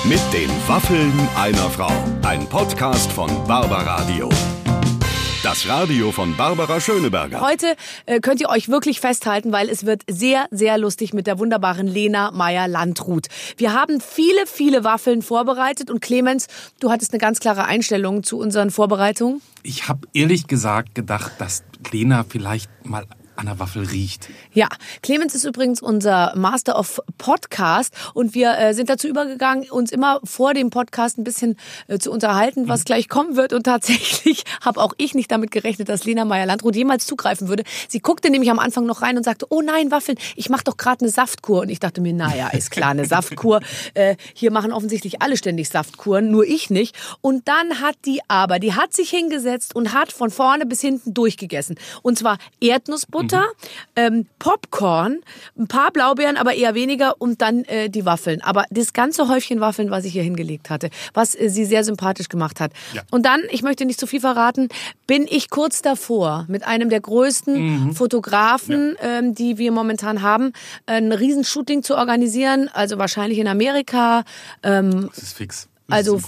Mit den Waffeln einer Frau. Ein Podcast von Barbaradio. Das Radio von Barbara Schöneberger. Heute könnt ihr euch wirklich festhalten, weil es wird sehr, sehr lustig mit der wunderbaren Lena Meyer-Landrut. Wir haben viele, viele Waffeln vorbereitet und Clemens, du hattest eine ganz klare Einstellung zu unseren Vorbereitungen. Ich habe ehrlich gesagt gedacht, dass Lena vielleicht mal an der Waffel riecht. Ja, Clemens ist übrigens unser Master of Podcast und wir sind dazu übergegangen, uns immer vor dem Podcast ein bisschen zu unterhalten, was gleich kommen wird. Und tatsächlich habe auch ich nicht damit gerechnet, dass Lena Meyer-Landrut jemals zugreifen würde. Sie guckte nämlich am Anfang noch rein und sagte, oh nein, Waffeln, ich mache doch gerade eine Saftkur. Und ich dachte mir, naja, ist klar, eine Saftkur. Hier machen offensichtlich alle ständig Saftkuren, nur ich nicht. Und dann hat die hat sich hingesetzt und hat von vorne bis hinten durchgegessen. Und zwar Erdnussbutter, Popcorn, ein paar Blaubeeren, aber eher weniger und dann die Waffeln. Aber das ganze Häufchen Waffeln, was ich hier hingelegt hatte, was sie sehr sympathisch gemacht hat. Ja. Und dann, ich möchte nicht zu viel verraten, bin ich kurz davor, mit einem der größten Fotografen, die wir momentan haben, ein Riesenshooting zu organisieren, also wahrscheinlich in Amerika. Das ist fix. Also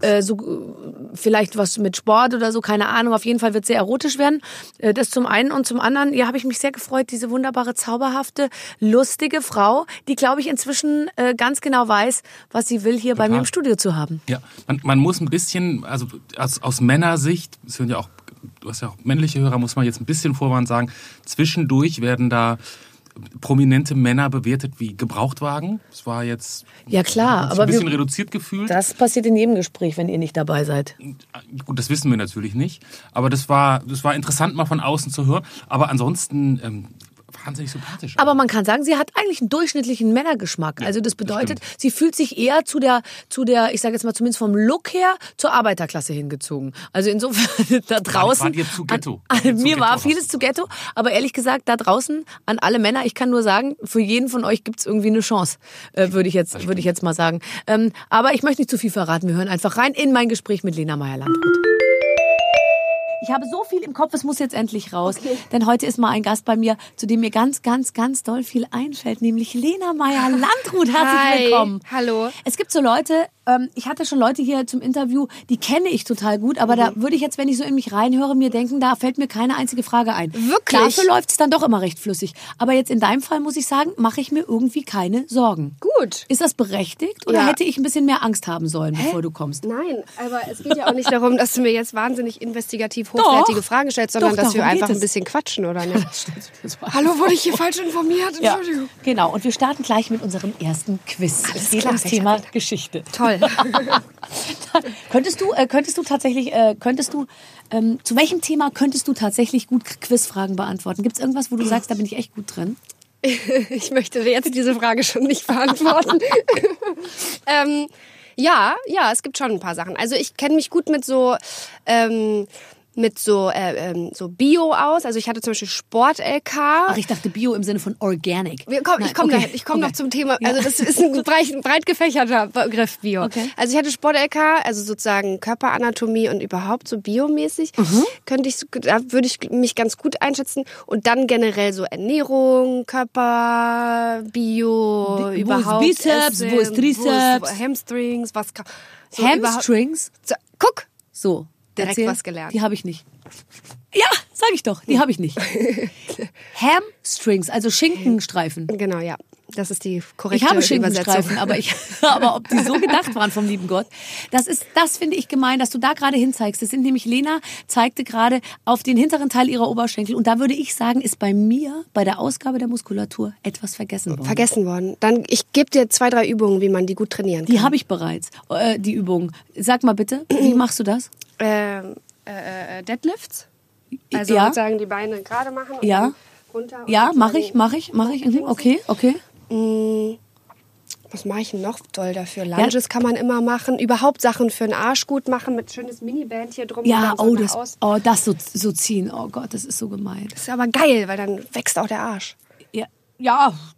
vielleicht was mit Sport oder so, keine Ahnung. Auf jeden Fall wird es sehr erotisch werden. Das zum einen. Und zum anderen, ja, habe ich mich sehr gefreut, diese wunderbare, zauberhafte, lustige Frau, die, glaube ich, inzwischen ganz genau weiß, was sie will, hier bei mir im Studio zu haben. Ja, man muss ein bisschen, also aus Männersicht, es sind ja auch, du hast ja auch männliche Hörer, muss man jetzt ein bisschen vorwarnen sagen, zwischendurch werden da prominente Männer bewertet wie Gebrauchtwagen. Das war jetzt ja klar, aber ein bisschen reduziert gefühlt. Das passiert in jedem Gespräch, wenn ihr nicht dabei seid. Gut, das wissen wir natürlich nicht. Aber das war interessant, mal von außen zu hören. Aber ansonsten wahnsinnig sympathisch. Aber man kann sagen, sie hat eigentlich einen durchschnittlichen Männergeschmack. Ja, also das bedeutet, sie fühlt sich eher zu der, ich sage jetzt mal zumindest vom Look her, zur Arbeiterklasse hingezogen. Also insofern da draußen. War dir zu Ghetto? Mir war vieles zu Ghetto, aber ehrlich gesagt, da draußen an alle Männer, ich kann nur sagen, für jeden von euch gibt's irgendwie eine Chance, würde ich jetzt mal sagen. Aber ich möchte nicht zu viel verraten. Wir hören einfach rein in mein Gespräch mit Lena Meyer-Landrut. Ich habe so viel im Kopf, es muss jetzt endlich raus. Okay. Denn heute ist mal ein Gast bei mir, zu dem mir ganz, ganz, ganz doll viel einfällt, nämlich Lena Meyer-Landrut. Herzlich willkommen. Hallo. Es gibt so Leute, ich hatte schon Leute hier zum Interview, die kenne ich total gut, aber da würde ich jetzt, wenn ich so in mich reinhöre, mir denken, da fällt mir keine einzige Frage ein. Wirklich? Dafür läuft es dann doch immer recht flüssig. Aber jetzt in deinem Fall, muss ich sagen, mache ich mir irgendwie keine Sorgen. Gut. Ist das berechtigt oder hätte ich ein bisschen mehr Angst haben sollen, bevor du kommst? Nein, aber es geht ja auch nicht darum, dass du mir jetzt wahnsinnig investigativ hochwertige Fragen stellst, sondern dass wir einfach ein bisschen quatschen, oder nicht? Hallo, wurde ich hier falsch informiert? Entschuldigung. Ja, genau, und wir starten gleich mit unserem ersten Quiz. Es geht ums Thema Geschichte. Toll. Könntest du tatsächlich, zu welchem Thema könntest du tatsächlich gut Quizfragen beantworten? Gibt es irgendwas, wo du sagst, da bin ich echt gut drin? Ich möchte jetzt diese Frage schon nicht beantworten. Ja, es gibt schon ein paar Sachen. Also ich kenne mich gut mit so Bio aus. Also ich hatte zum Beispiel Sport-LK. Ach, ich dachte Bio im Sinne von Organic. Ich komme noch zum Thema. Ja. Also das ist ein breit gefächerter Begriff, Bio. Okay. Also ich hatte Sport-LK, also sozusagen Körperanatomie und überhaupt so biomäßig. Da würde ich mich ganz gut einschätzen. Und dann generell so Ernährung, Körper, Bio, überhaupt. Wo ist Bizeps, wo ist Trizeps? Wo ist Hamstrings, was... So Hamstrings? Guck! So. Direkt was gelernt. Die habe ich nicht. Ja, sag ich doch, die habe ich nicht. Hamstrings, also Schinkenstreifen. Genau, ja. Das ist die korrekte Ich habe Schinkenstreifen, aber ob die so gedacht waren vom lieben Gott, das finde ich gemein, dass du da gerade hinzeigst. Das sind nämlich, Lena zeigte gerade auf den hinteren Teil ihrer Oberschenkel und da würde ich sagen, ist bei mir, bei der Ausgabe der Muskulatur etwas vergessen worden. Dann, ich gebe dir 2, 3 Übungen, wie man die gut trainieren kann. Die habe ich bereits, die Übungen. Sag mal bitte, wie machst du das? Deadlifts. Also sozusagen die Beine gerade machen und dann runter. Und mache ich. Okay. Was mache ich denn noch toll dafür? Lunges kann man immer machen. Überhaupt Sachen für den Arsch gut machen mit schönes Miniband hier drum. Ja, das so ziehen. Oh Gott, das ist so gemein. Das ist aber geil, weil dann wächst auch der Arsch. Ja,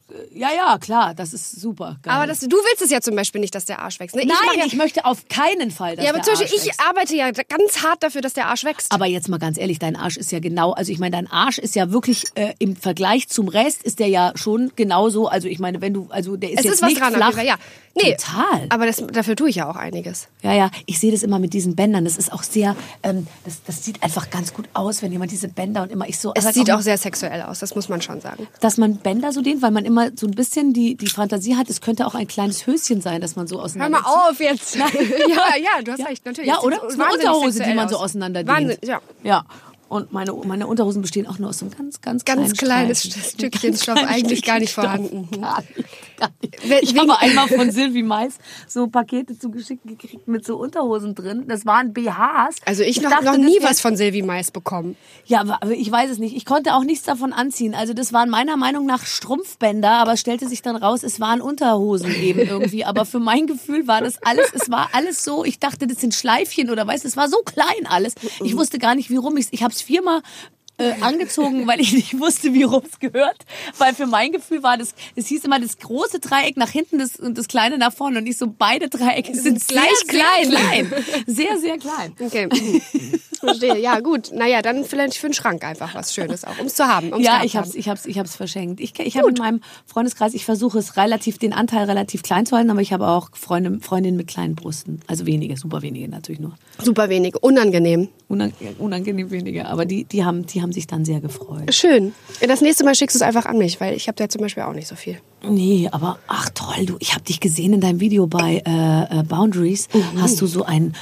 Ja, klar, das ist super geil. Aber du willst es ja zum Beispiel nicht, dass der Arsch wächst. Ne? Nein, ich möchte auf keinen Fall, dass der Arsch wächst. Ja, aber zum Beispiel, ich arbeite ja ganz hart dafür, dass der Arsch wächst. Aber jetzt mal ganz ehrlich, dein Arsch ist ja genau, also ich meine, dein Arsch ist ja wirklich im Vergleich zum Rest ist der ja schon genauso, also ich meine, wenn du, also der ist es jetzt ist was nicht dran, flach. Ja. Nee, total. Aber dafür tue ich ja auch einiges. Ja, ich sehe das immer mit diesen Bändern. Das ist auch sehr, das sieht einfach ganz gut aus, wenn jemand diese Bänder und immer ich so. Es sieht auch sehr sexuell aus, das muss man schon sagen. Dass man Bänder so dehnt, weil man immer so ein bisschen die Fantasie hat, es könnte auch ein kleines Höschen sein, das man so auseinander. Hör mal auf jetzt. ja, du hast recht, natürlich. Ja, oder? Es ist eine Unterhose, die man so auseinander dehnt. Wahnsinn, ja. Und meine Unterhosen bestehen auch nur aus so einem ganz kleines Stückchen Stoff, eigentlich gar nicht vorhanden. Gar nicht. Ich habe einmal von Sylvie Mais so Pakete zugeschickt gekriegt mit so Unterhosen drin. Das waren BHs. Also ich dachte, noch nie was von Sylvie Mais bekommen. Ja, aber ich weiß es nicht. Ich konnte auch nichts davon anziehen. Also das waren meiner Meinung nach Strumpfbänder, aber es stellte sich dann raus, es waren Unterhosen eben irgendwie. Aber für mein Gefühl war das alles, es war alles so, ich dachte, das sind Schleifchen oder weißt du, es war so klein alles. Ich wusste gar nicht, wie rum ich habe es 4-mal angezogen, weil ich nicht wusste, wie rum es gehört. Weil für mein Gefühl war es hieß immer das große Dreieck nach hinten und das kleine nach vorne. Und ich so, beide Dreiecke sind gleich klein. Sehr, sehr klein. Okay. Verstehe. Ja, gut. Naja, dann vielleicht für den Schrank einfach was Schönes auch, um es zu haben. Ja, ich hab's verschenkt. Ich habe in meinem Freundeskreis, ich versuche es den Anteil relativ klein zu halten, aber ich habe auch Freundinnen mit kleinen Brüsten. Also wenige, super wenige natürlich nur. Super wenige. Unangenehm. Unangenehm wenige, aber die haben sich dann sehr gefreut. Schön. Das nächste Mal schickst du es einfach an mich, weil ich habe da zum Beispiel auch nicht so viel. Nee, aber ach toll, ich habe dich gesehen in deinem Video bei Boundaries. Hast du so einen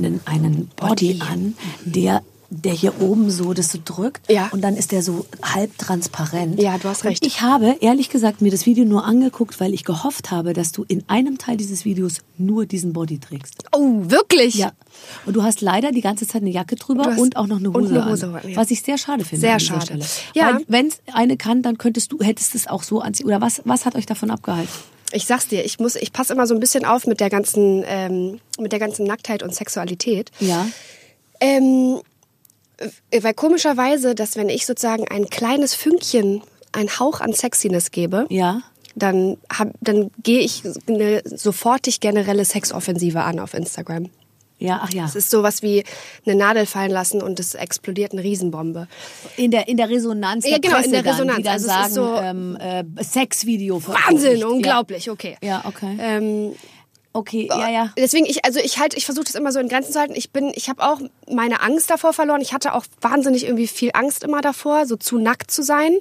Body an, der hier oben so das so drückt und dann ist der so halb transparent. Ja, du hast recht. Und ich habe, ehrlich gesagt, mir das Video nur angeguckt, weil ich gehofft habe, dass du in einem Teil dieses Videos nur diesen Body trägst. Oh, wirklich? Ja. Und du hast leider die ganze Zeit eine Jacke drüber und auch noch eine Hose an. Ja. Was ich sehr schade finde. Sehr schade. Ja. Wenn es eine kann, dann hättest du es auch so anziehen. Oder was hat euch davon abgehalten? Ich sag's dir, ich passe immer so ein bisschen auf mit der ganzen Nacktheit und Sexualität. Ja. Weil komischerweise, dass wenn ich sozusagen ein kleines Fünkchen, einen Hauch an Sexiness gebe, dann gehe ich eine sofortig generelle Sexoffensive an auf Instagram. Ja, ach ja. Es ist sowas wie eine Nadel fallen lassen und es explodiert eine Riesenbombe. In der Resonanz der genau, Presse in der Resonanz. Die dann also sagen, es ist so Sexvideo. Wahnsinn, unglaublich, okay. Ja, okay. Okay, ja. Deswegen, ich versuche das immer so in Grenzen zu halten. Ich habe auch meine Angst davor verloren. Ich hatte auch wahnsinnig irgendwie viel Angst immer davor, so zu nackt zu sein.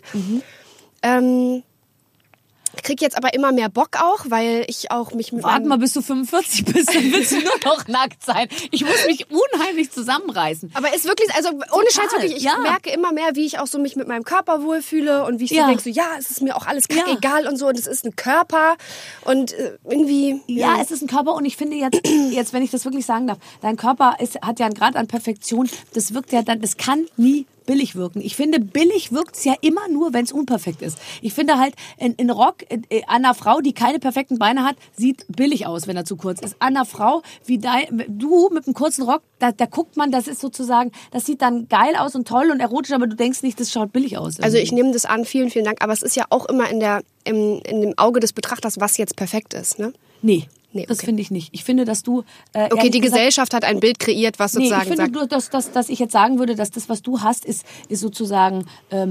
Ich kriege jetzt aber immer mehr Bock auch, weil ich auch mich mit Warte mal, bis du 45 bist, dann willst du nur noch nackt sein. Ich muss mich unheimlich zusammenreißen. Aber ist wirklich, also ohne Scheiß wirklich, ich merke immer mehr, wie ich auch so mich mit meinem Körper wohlfühle und wie ich so denke, es ist mir auch alles egal und so und es ist ein Körper und irgendwie... Ja, es ist ein Körper und ich finde jetzt, wenn ich das wirklich sagen darf, dein Körper hat ja einen Grad an Perfektion, das wirkt ja dann, das kann nie billig wirken. Ich finde, billig wirkt's ja immer nur, wenn es unperfekt ist. Ich finde halt, ein Rock an einer Frau, die keine perfekten Beine hat, sieht billig aus, wenn er zu kurz ist. An einer Frau wie du mit einem kurzen Rock, da guckt man, das ist sozusagen, das sieht dann geil aus und toll und erotisch, aber du denkst nicht, das schaut billig aus. Also ich nehme das an, vielen, vielen Dank, aber es ist ja auch immer in dem Auge des Betrachters, was jetzt perfekt ist, ne? Nee, das finde ich nicht. Ich finde, dass du... okay, die Gesellschaft hat ein Bild kreiert, was sozusagen ich finde, dass ich jetzt sagen würde, dass das, was du hast, ist sozusagen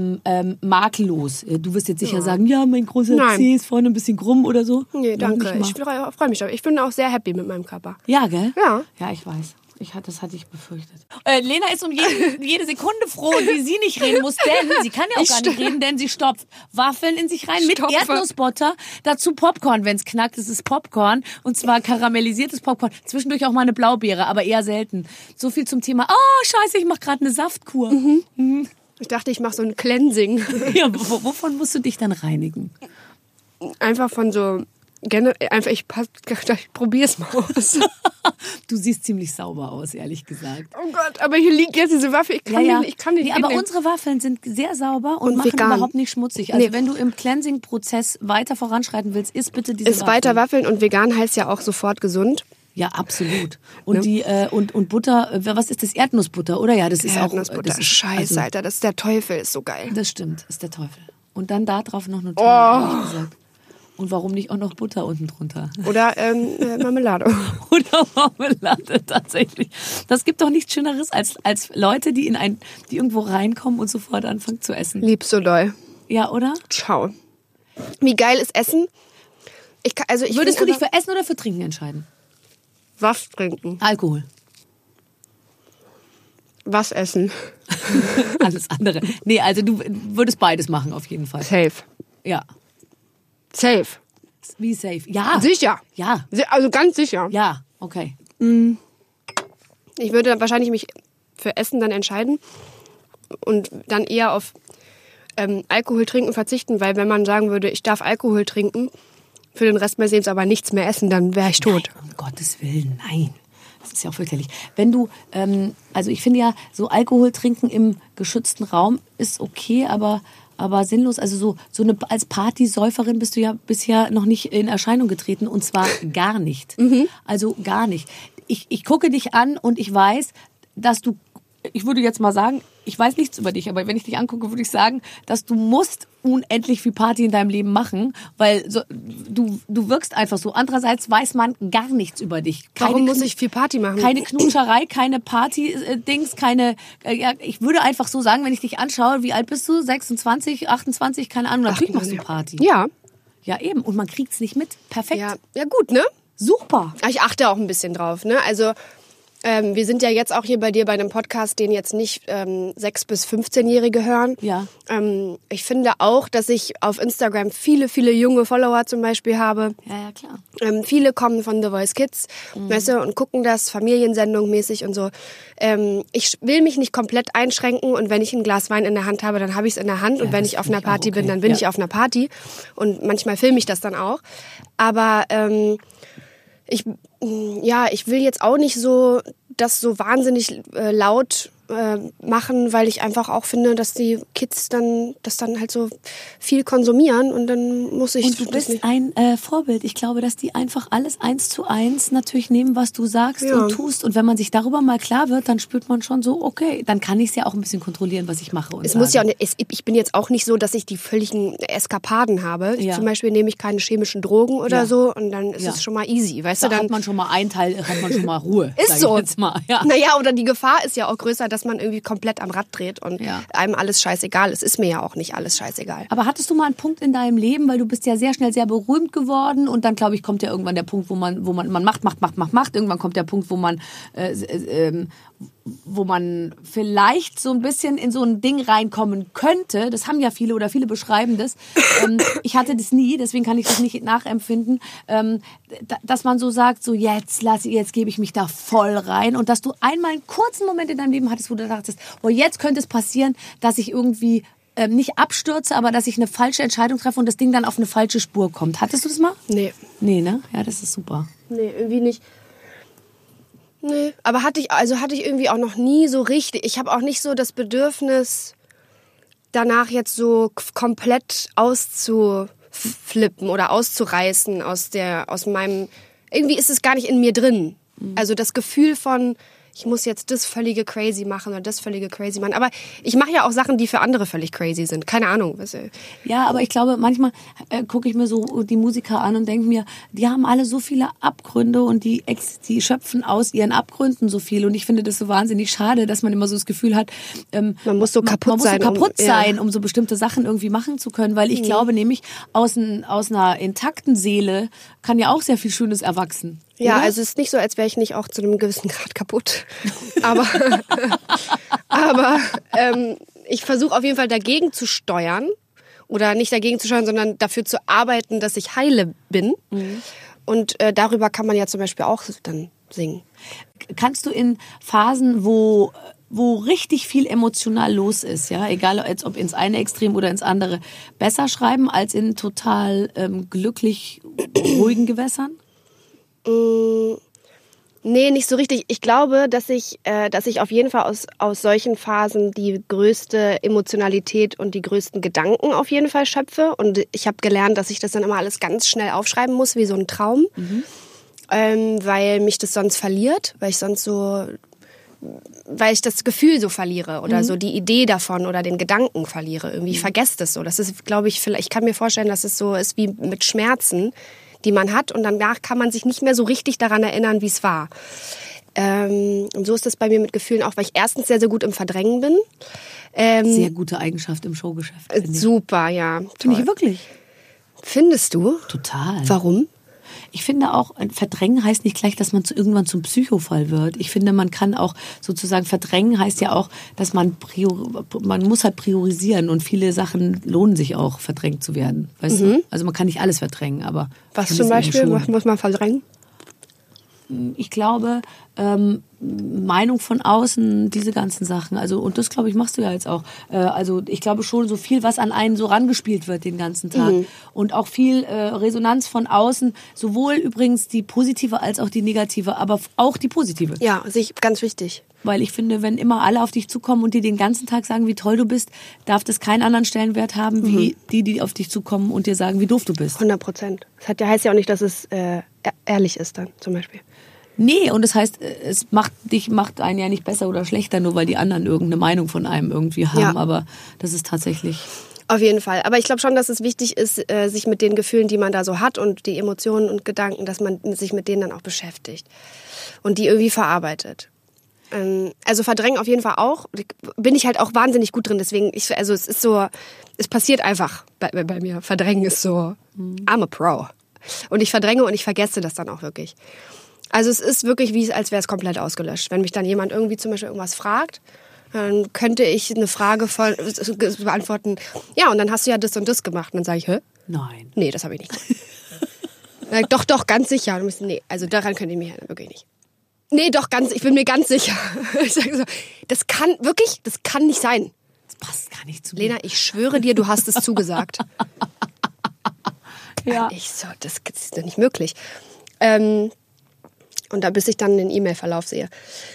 makellos. Du wirst jetzt sicher sagen, ja, mein großer Zeh ist vorne ein bisschen krumm oder so. Nee, danke. Ich freue mich. Ich bin auch sehr happy mit meinem Körper. Ja, gell? Ja. Ja, ich weiß. Das hatte ich befürchtet. Lena ist um jede Sekunde froh, wie sie nicht reden muss, denn sie kann ja auch gar nicht reden, denn sie stopft Waffeln in sich rein mit Erdnussbutter, dazu Popcorn, wenn es knackt, es ist Popcorn und zwar karamellisiertes Popcorn, zwischendurch auch mal eine Blaubeere, aber eher selten. So viel zum Thema, scheiße, ich mache gerade eine Saftkur. Ich dachte, ich mache so ein Cleansing. Ja, wovon musst du dich dann reinigen? Einfach von so... ich probiere es mal aus. Du siehst ziemlich sauber aus, ehrlich gesagt. Oh Gott, aber hier liegt jetzt diese Waffel. Ich kann nicht. Aber unsere Waffeln sind sehr sauber und machen vegan. Überhaupt nicht schmutzig. Also wenn du im Cleansing-Prozess weiter voranschreiten willst, isst bitte diese Waffeln. Weiter Waffeln und vegan heißt ja auch sofort gesund. Ja, absolut. Und und Butter, was ist das? Erdnussbutter, oder? Ja, das ist auch... Erdnussbutter, Alter, das ist der Teufel, ist so geil. Das stimmt, ist der Teufel. Und dann da drauf noch Nutella, ehrlich gesagt. Und warum nicht auch noch Butter unten drunter? Oder Marmelade. Oder Marmelade, tatsächlich. Das gibt doch nichts Schöneres als Leute, die irgendwo reinkommen und sofort anfangen zu essen. Lieb so doll. Ja, oder? Ciao. Wie geil ist Essen? Würdest du dich für Essen oder für Trinken entscheiden? Was trinken? Alkohol. Was essen? Alles andere. Nee, also du würdest beides machen auf jeden Fall. Safe. Ja. Safe. Wie safe? Ja. Sicher. Ja. Also ganz sicher. Ja, okay. Ich würde dann wahrscheinlich mich für Essen dann entscheiden und dann eher auf Alkohol trinken verzichten, weil wenn man sagen würde, ich darf Alkohol trinken, für den Rest meines Lebens aber nichts mehr essen, dann wäre ich tot. Nein, um Gottes Willen, nein. Das ist ja auch fürchterlich. Wenn du, also ich finde ja, so Alkohol trinken im geschützten Raum ist okay, aber sinnlos. Also als Partysäuferin bist du ja bisher noch nicht in Erscheinung getreten und zwar gar nicht. Also gar nicht. Ich gucke dich an und ich weiß, dass du, ich würde jetzt mal sagen, ich weiß nichts über dich, aber wenn ich dich angucke, würde ich sagen, dass du musst unendlich viel Party in deinem Leben machen, weil du wirkst einfach so. Andererseits weiß man gar nichts über dich. Warum muss ich viel Party machen? Keine Knutscherei, keine Party-Dings, ich würde einfach so sagen, wenn ich dich anschaue, wie alt bist du? 26, 28, keine Ahnung, natürlich machst du Party. Ja. Ja, eben. Und man kriegt's nicht mit. Perfekt. Ja gut, ne? Super. Ich achte auch ein bisschen drauf, ne? Also wir sind ja jetzt auch hier bei dir bei einem Podcast, den jetzt nicht 6- bis 15-Jährige hören. Ja. Ich finde auch, dass ich auf Instagram viele, viele junge Follower zum Beispiel habe. Ja, klar. Viele kommen von The Voice Kids, weißt du, und gucken das Familiensendung mäßig und so. Ich will mich nicht komplett einschränken und wenn ich ein Glas Wein in der Hand habe, dann habe ich es in der Hand und wenn ich auf einer Party bin, dann bin ich auf einer Party und manchmal filme ich das dann auch. Aber ich will jetzt auch nicht so das so wahnsinnig laut machen, weil ich einfach auch finde, dass die Kids das dann halt so viel konsumieren und dann muss ich... Und du bist ein Vorbild. Ich glaube, dass die einfach alles 1:1 natürlich nehmen, was du sagst und tust. Und wenn man sich darüber mal klar wird, dann spürt man schon so, okay, dann kann ich es ja auch ein bisschen kontrollieren, was ich mache. Und ich bin jetzt auch nicht so, dass ich die völligen Eskapaden habe. Zum Beispiel nehme ich keine chemischen Drogen oder so und dann ist es schon mal easy. Weißt du, dann hat man schon mal einen Teil, hat man schon mal Ruhe. Ist so. Jetzt mal. Ja. Naja, oder die Gefahr ist ja auch größer, dass man irgendwie komplett am Rad dreht und einem alles scheißegal. Es ist mir ja auch nicht alles scheißegal. Aber hattest du mal einen Punkt in deinem Leben, weil du bist ja sehr schnell sehr berühmt geworden und dann, glaube ich, kommt ja irgendwann der Punkt, wo man macht. Irgendwann kommt der Punkt, wo man vielleicht so ein bisschen in so ein Ding reinkommen könnte. Das haben ja viele oder viele beschreiben das. Ich hatte das nie, deswegen kann ich das nicht nachempfinden, dass man so sagt, so jetzt gebe ich mich da voll rein und dass du einmal einen kurzen Moment in deinem Leben hattest, wo du dachtest, jetzt könnte es passieren, dass ich irgendwie nicht abstürze, aber dass ich eine falsche Entscheidung treffe und das Ding dann auf eine falsche Spur kommt. Hattest du das mal? Nee. Nee, ne? Ja, das ist super. Nee, irgendwie nicht. Nee, aber hatte ich irgendwie auch noch nie so richtig. Ich habe auch nicht so das Bedürfnis, danach jetzt so komplett auszuflippen oder auszureißen aus meinem... Irgendwie ist es gar nicht in mir drin. Also das Gefühl von... ich muss jetzt das völlige crazy machen oder das völlige crazy machen. Aber ich mache ja auch Sachen, die für andere völlig crazy sind. Keine Ahnung. Ja, aber ich glaube, manchmal gucke ich mir so die Musiker an und denke mir, die haben alle so viele Abgründe und die schöpfen aus ihren Abgründen so viel. Und ich finde das so wahnsinnig schade, dass man immer so das Gefühl hat, man muss so kaputt sein, um so bestimmte Sachen irgendwie machen zu können. Weil ich glaube nämlich, aus einer intakten Seele kann ja auch sehr viel Schönes erwachsen. Ja, oder? also es ist nicht so, als wäre ich nicht auch zu einem gewissen Grad kaputt. Aber ich versuche auf jeden Fall dagegen zu steuern. Oder nicht dagegen zu steuern, sondern dafür zu arbeiten, dass ich heile bin. Und darüber kann man ja zum Beispiel auch dann singen. Kannst du in Phasen, wo richtig viel emotional los ist, ja, egal ob ins eine Extrem oder ins andere, besser schreiben als in total glücklich ruhigen Gewässern? Nee, nicht so richtig. Ich glaube, dass ich auf jeden Fall aus solchen Phasen die größte Emotionalität und die größten Gedanken auf jeden Fall schöpfe. Und ich habe gelernt, dass ich das dann immer alles ganz schnell aufschreiben muss, wie so ein Traum. Weil mich das sonst verliert, weil ich sonst so weil ich das Gefühl so verliere oder so die Idee davon oder den Gedanken verliere. Irgendwie ich vergesse das so. Das ist, glaube ich, ich kann mir vorstellen, dass es so ist wie mit Schmerzen, die man hat und danach kann man sich nicht mehr so richtig daran erinnern, wie es war. Und so ist das bei mir mit Gefühlen auch, weil ich erstens sehr, sehr gut im Verdrängen bin. Sehr gute Eigenschaft im Showgeschäft. Super, ja. Finde ich wirklich. Findest du? Total. Warum? Ich finde auch, verdrängen heißt nicht gleich, dass man irgendwann zum Psychofall wird. Ich finde, man kann auch sozusagen verdrängen heißt ja auch, dass man muss halt priorisieren und viele Sachen lohnen sich auch, verdrängt zu werden. Weißt du? Also man kann nicht alles verdrängen, aber... Was zum Beispiel? Was muss man verdrängen? Ich glaube, Meinung von außen, diese ganzen Sachen. Also, und das, glaube ich, machst du ja jetzt auch. Also ich glaube schon, so viel, was an einen so rangespielt wird den ganzen Tag. Und auch viel Resonanz von außen. Sowohl übrigens die positive als auch die negative, aber auch die positive. Ja, ganz wichtig. Weil ich finde, wenn immer alle auf dich zukommen und dir den ganzen Tag sagen, wie toll du bist, darf das keinen anderen Stellenwert haben, wie die auf dich zukommen und dir sagen, wie doof du bist. 100%. Das heißt ja auch nicht, dass es ehrlich ist dann zum Beispiel. Nee, und das heißt, es macht einen ja nicht besser oder schlechter, nur weil die anderen irgendeine Meinung von einem irgendwie haben. Ja. Aber das ist tatsächlich... Auf jeden Fall. Aber ich glaube schon, dass es wichtig ist, sich mit den Gefühlen, die man da so hat und die Emotionen und Gedanken, dass man sich mit denen dann auch beschäftigt und die irgendwie verarbeitet. Also verdrängen auf jeden Fall auch. Bin ich halt auch wahnsinnig gut drin. Deswegen, es ist so, es passiert einfach bei mir. Verdrängen ist so, I'm a pro. Und ich verdränge und ich vergesse das dann auch wirklich. Also es ist wirklich als wäre es komplett ausgelöscht. Wenn mich dann jemand irgendwie zum Beispiel irgendwas fragt, dann könnte ich eine Frage beantworten, ja, und dann hast du ja das und das gemacht. Und dann sage ich, hä? Nein. Nee, das habe ich nicht gemacht. Doch, ganz sicher. Nee, also daran könnte ich mich wirklich nicht. Nee, doch, ich bin mir ganz sicher. Ich sage so, das kann nicht sein. Das passt gar nicht zu mir. Lena, ich schwöre dir, du hast es zugesagt. Ja. Ich so, das ist doch nicht möglich. Und da bis ich dann den E-Mail-Verlauf sehe.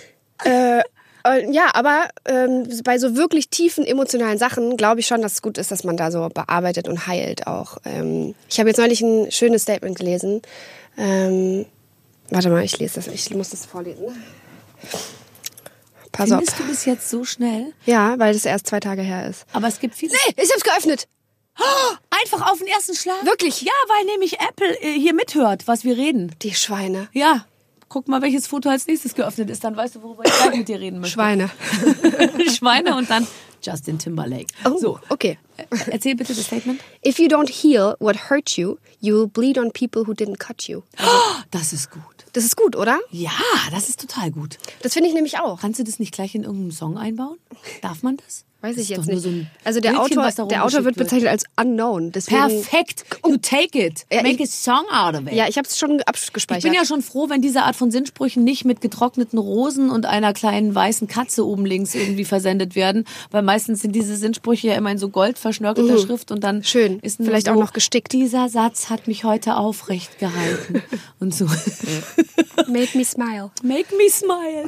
Ja, aber bei so wirklich tiefen emotionalen Sachen glaube ich schon, dass es gut ist, dass man da so bearbeitet und heilt auch. Ich habe jetzt neulich ein schönes Statement gelesen. Warte mal, ich lese das. Ich muss das vorlesen. Pass auf. Findest du das jetzt so schnell? Ja, weil das erst 2 Tage her ist. Aber es gibt viele... Nee, ich hab's geöffnet. Einfach auf den ersten Schlag? Wirklich? Ja, weil nämlich Apple hier mithört, was wir reden. Die Schweine. Ja. Guck mal, welches Foto als nächstes geöffnet ist, dann weißt du, worüber ich gleich mit dir reden möchte. Schweine. Schweine und dann Justin Timberlake. Oh, so, okay. Erzähl bitte das Statement. If you don't heal what hurt you, you will bleed on people who didn't cut you. Also, das ist gut. Das ist gut, oder? Ja, das ist total gut. Das finde ich nämlich auch. Kannst du das nicht gleich in irgendeinem Song einbauen? Darf man das? Weiß ich jetzt nicht. So also der Autor wird bezeichnet als unknown. Deswegen perfekt. You take it. Make a song out of it. Ja, ich habe es schon abgespeichert. Ich bin ja schon froh, wenn diese Art von Sinnsprüchen nicht mit getrockneten Rosen und einer kleinen weißen Katze oben links irgendwie versendet werden, weil meistens sind diese Sinnsprüche ja immer in so goldverschnörkelter Schrift und dann schön. Ist vielleicht so, auch noch gestickt. Dieser Satz hat mich heute aufrecht gehalten und so. Make me smile. Make me smile.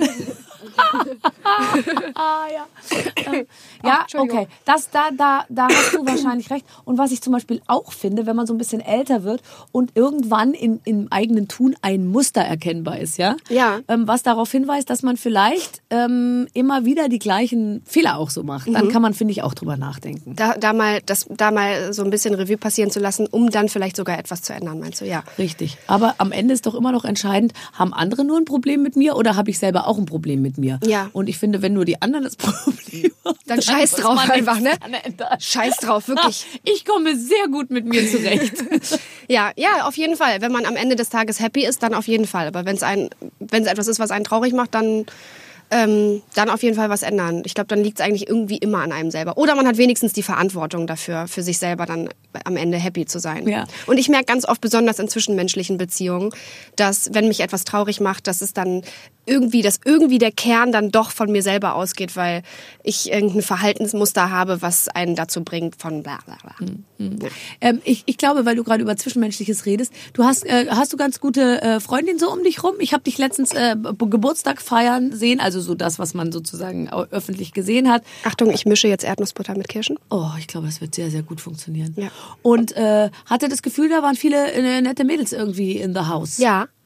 Ja. Ja, okay. Da hast du wahrscheinlich recht. Und was ich zum Beispiel auch finde, wenn man so ein bisschen älter wird und irgendwann im eigenen Tun ein Muster erkennbar ist, ja? Ja. Was darauf hinweist, dass man vielleicht immer wieder die gleichen Fehler auch so macht. Dann kann man, finde ich, auch drüber nachdenken. Da mal so ein bisschen Revue passieren zu lassen, um dann vielleicht sogar etwas zu ändern, meinst du? Ja. Richtig. Aber am Ende ist doch immer noch entscheidend, haben andere nur ein Problem mit mir oder habe ich selber auch ein Problem mit mir? Ja. Und ich finde, wenn nur die anderen das Problem haben, dann scheiß drauf einfach, ne? Scheiß drauf, wirklich. Ich komme sehr gut mit mir zurecht. Ja, auf jeden Fall. Wenn man am Ende des Tages happy ist, dann auf jeden Fall. Aber wenn es etwas ist, was einen traurig macht, dann auf jeden Fall was ändern. Ich glaube, dann liegt es eigentlich irgendwie immer an einem selber. Oder man hat wenigstens die Verantwortung dafür, für sich selber dann am Ende happy zu sein. Ja. Und ich merke ganz oft, besonders in zwischenmenschlichen Beziehungen, dass, wenn mich etwas traurig macht, dass es dann irgendwie der Kern dann doch von mir selber ausgeht, weil ich irgendein Verhaltensmuster habe, was einen dazu bringt von bla bla bla. Ja. Ich glaube, weil du gerade über Zwischenmenschliches redest, hast du ganz gute Freundin so um dich rum? Ich habe dich letztens Geburtstag feiern sehen, also so das, was man sozusagen öffentlich gesehen hat. Achtung, ich mische jetzt Erdnussbutter mit Kirschen. Oh, ich glaube, das wird sehr, sehr gut funktionieren. Ja. Und hatte das Gefühl, da waren viele nette Mädels irgendwie in the house. Ja.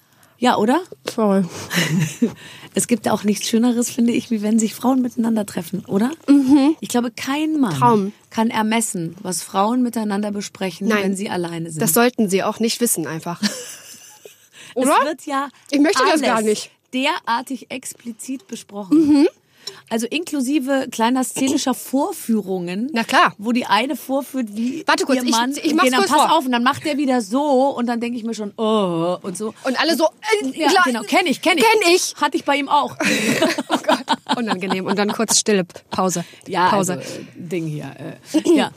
Ja, oder? Voll. Es gibt auch nichts Schöneres, finde ich, wie wenn sich Frauen miteinander treffen, oder? Ich glaube, kein Mann kann ermessen, was Frauen miteinander besprechen, wenn sie alleine sind. Das sollten sie auch nicht wissen einfach. Oder? Es wird ja ich möchte das gar nicht. derartig explizit besprochen. Also inklusive kleiner szenischer Vorführungen. Na klar. Wo die eine vorführt, wie Warte kurz, ihr Mann. ich mach's dann kurz pass vor. auf, und dann macht der wieder so und dann denke ich mir schon, oh, und so. Und alle so, Ja, klar, genau, kenn ich. Kenn ich. Hatte ich bei ihm auch. Oh Gott, unangenehm. Und dann kurz Stille, Pause. Ja, Pause. also, Ding hier. Ja.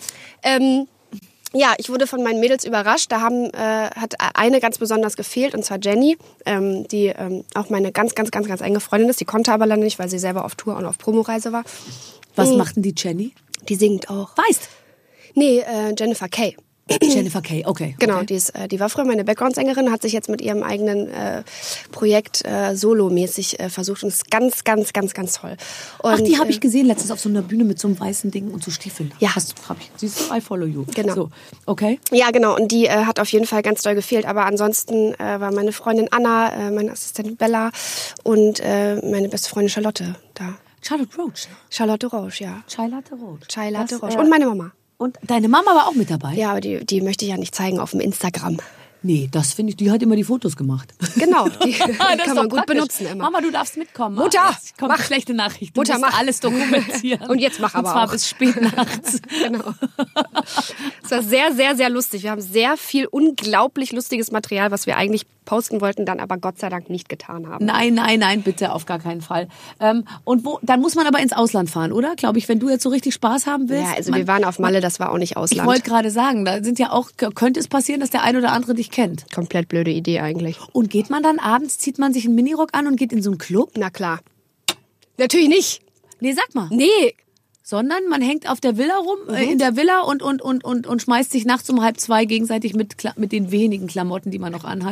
Ja, ich wurde von meinen Mädels überrascht. Da hat eine ganz besonders gefehlt, und zwar Jenny, die auch meine ganz, ganz, ganz, ganz enge Freundin ist. Die konnte aber leider nicht, weil sie selber auf Tour und auf Promoreise war. Was macht denn die Jenny? Die singt auch. Weißt? Nee, Jennifer Kay. Jennifer Kay, okay. Genau, die war früher meine Background-Sängerin, hat sich jetzt mit ihrem eigenen Projekt solomäßig versucht und ist ganz, ganz, ganz, ganz toll. Und, Ach, die habe ich gesehen letztens auf so einer Bühne mit so einem weißen Ding und so Stiefeln. Ja. Siehst du, I follow you. Genau. So, okay. Ja, genau. Und die hat auf jeden Fall ganz doll gefehlt. Aber ansonsten war meine Freundin Anna, meine Assistentin Bella und meine beste Freundin Charlotte da. Charlotte Roach. Charlotte Roach, ja. Charlotte Roach. Charlotte Roach. Und meine Mama. Und deine Mama war auch mit dabei? Ja, aber die möchte ich ja nicht zeigen auf dem Instagram. Nee, das finde ich, die hat immer die Fotos gemacht. Genau, die Das kann ist man doch gut praktisch. benutzen immer. Mama, du darfst mitkommen. Mutter, Jetzt kommt eine schlechte Nachricht. Du Mutter, musst mach. alles dokumentieren. Und jetzt mach aber Und zwar auch. bis spät nachts. Genau. Es war sehr, sehr, sehr lustig. Wir haben sehr viel unglaublich lustiges Material, was wir eigentlich posten wollten, dann aber Gott sei Dank nicht getan haben. Nein, bitte, auf gar keinen Fall. Und dann muss man aber ins Ausland fahren, oder? Glaube ich, wenn du jetzt so richtig Spaß haben willst. Ja, also wir waren auf Malle, das war auch nicht Ich Ausland. wollte gerade sagen, da sind ja auch, könnte es passieren, dass der ein oder andere dich kennt. Komplett blöde Idee eigentlich. Und geht man dann abends, zieht man sich einen Minirock an und geht in so einen Club? Na klar. Natürlich nicht. Nee, sag mal. Nee. Sondern man hängt auf der Villa rum, in der Villa und schmeißt sich nachts um 1:30 gegenseitig mit den wenigen Klamotten, die man noch anhat.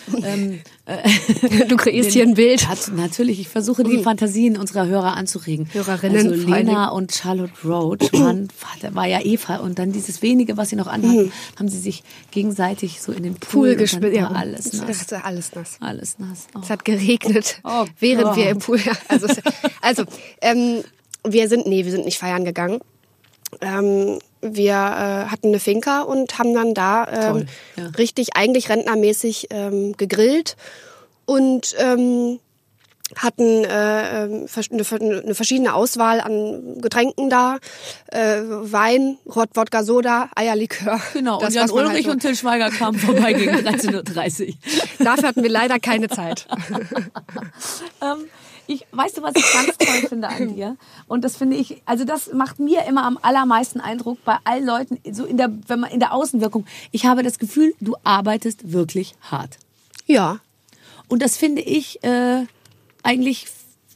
Du kreierst hier ein Bild. Ja, natürlich, ich versuche die Fantasien unserer Hörer anzuregen. Hörerinnen, Also vor allen Lena und Charlotte Roach war ja Eva und dann dieses wenige, was sie noch anhatten, haben sie sich gegenseitig so in den Pool gespielt. Ja, Ja, alles nass. Das ist alles nass. Alles nass. Oh. Es hat geregnet, Oh während Gott. wir im Pool. Wir sind nicht feiern gegangen. Wir hatten eine Finca und haben dann da Toll, ja. richtig eigentlich rentnermäßig gegrillt und hatten eine verschiedene Auswahl an Getränken da. Wein, Wodka, Soda, Eierlikör. Genau, Das, und Jan was man Ulrich halt und Till Schweiger kamen vorbei gegen 13:30 Uhr. Dafür hatten wir leider keine Zeit. Weißt du, was ich ganz toll finde an dir? Und das finde ich, also das macht mir immer am allermeisten Eindruck bei allen Leuten, so in der Außenwirkung. Ich habe das Gefühl, du arbeitest wirklich hart. Ja. Und das finde ich eigentlich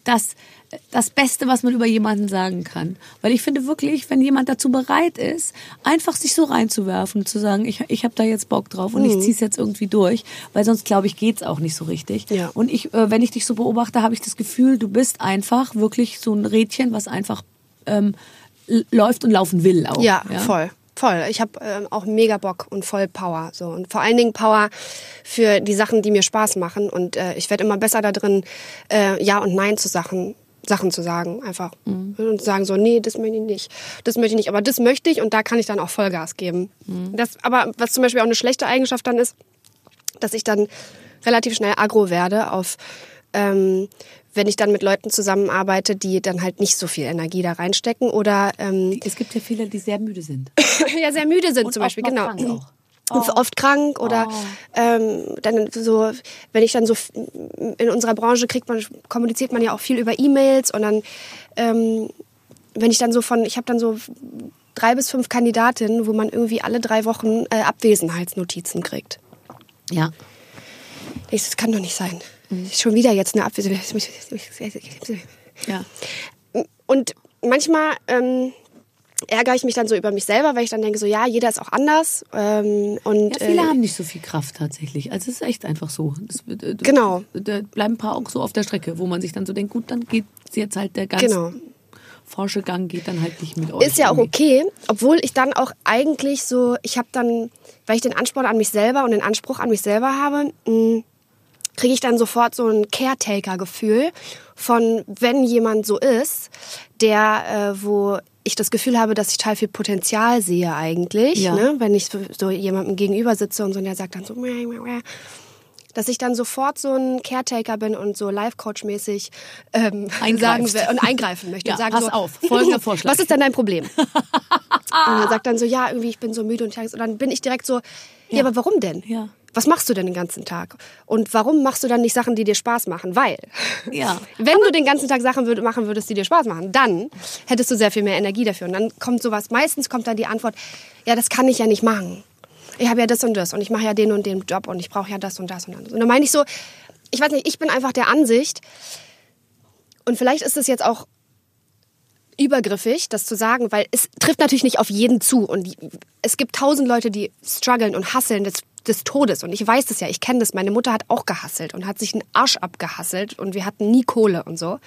das Beste, was man über jemanden sagen kann. Weil ich finde wirklich, wenn jemand dazu bereit ist, einfach sich so reinzuwerfen, zu sagen, ich habe da jetzt Bock drauf und ich zieh's jetzt irgendwie durch, weil sonst, glaube ich, geht's auch nicht so richtig. Ja. Und wenn ich dich so beobachte, habe ich das Gefühl, du bist einfach wirklich so ein Rädchen, was einfach läuft und laufen will auch. Ja, voll. Ich habe auch mega Bock und voll Power. So. Und vor allen Dingen Power für die Sachen, die mir Spaß machen. Und ich werde immer besser da drin, Ja und Nein zu Sachen zu sagen. Einfach. Und sagen so, nee, das möchte ich nicht. Das möchte ich nicht. Aber das möchte ich und da kann ich dann auch Vollgas geben. Aber was zum Beispiel auch eine schlechte Eigenschaft dann ist, dass ich dann relativ schnell aggro werde auf... wenn ich dann mit Leuten zusammenarbeite, die dann halt nicht so viel Energie da reinstecken oder Es gibt ja viele, die sehr müde sind. ja sehr müde sind Und zum Beispiel, oft noch genau. krank auch. Und oft krank oder dann so, wenn ich dann so in unserer Branche kommuniziert man ja auch viel über E-Mails und dann wenn ich dann so ich habe dann so 3 bis 5 Kandidatinnen, wo man irgendwie alle 3 Wochen Abwesenheitsnotizen kriegt. Ja. Das kann doch nicht sein. Schon wieder jetzt eine Abwesenheit. Ja. Und manchmal ärgere ich mich dann so über mich selber, weil ich dann denke, so ja, jeder ist auch anders. Und Viele haben nicht so viel Kraft tatsächlich. Also es ist echt einfach so. Genau. Da bleiben ein paar auch so auf der Strecke, wo man sich dann so denkt, gut, dann geht jetzt halt der ganze forsche Gang geht dann halt nicht mit euch. Ist ja auch okay, obwohl ich dann auch eigentlich so, ich habe dann, weil ich den Anspruch an mich selber und den Anspruch an mich selber habe, kriege ich dann sofort so ein Caretaker-Gefühl von, wenn jemand so ist, der, wo ich das Gefühl habe, dass ich total viel Potenzial sehe eigentlich, ne? Wenn ich so jemandem gegenüber sitze und so, und der sagt dann so, dass ich dann sofort so ein Caretaker bin und so Life-Coach-mäßig eingreifen möchte. Ja, und sagen pass so, auf, folgender Vorschlag. Was ist denn dein Problem? Und er sagt dann so, ja, irgendwie, ich bin so müde und dann bin ich direkt so, ja, aber warum denn? Ja. Was machst du denn den ganzen Tag? Und warum machst du dann nicht Sachen, die dir Spaß machen? Weil, wenn du den ganzen Tag Sachen machen würdest, die dir Spaß machen, dann hättest du sehr viel mehr Energie dafür. Und dann kommt sowas, meistens kommt dann die Antwort, ja, das kann ich ja nicht machen. Ich habe ja das und das und ich mache ja den und den Job und ich brauche ja das und das und das. Und dann meine ich so, ich weiß nicht, ich bin einfach der Ansicht, und vielleicht ist es jetzt auch übergriffig, das zu sagen, weil es trifft natürlich nicht auf jeden zu. Und es gibt 1000 Leute, die strugglen und hustlen des Todes. Und ich weiß das ja, ich kenne das. Meine Mutter hat auch gehustelt und hat sich einen Arsch abgehustelt und wir hatten nie Kohle und so.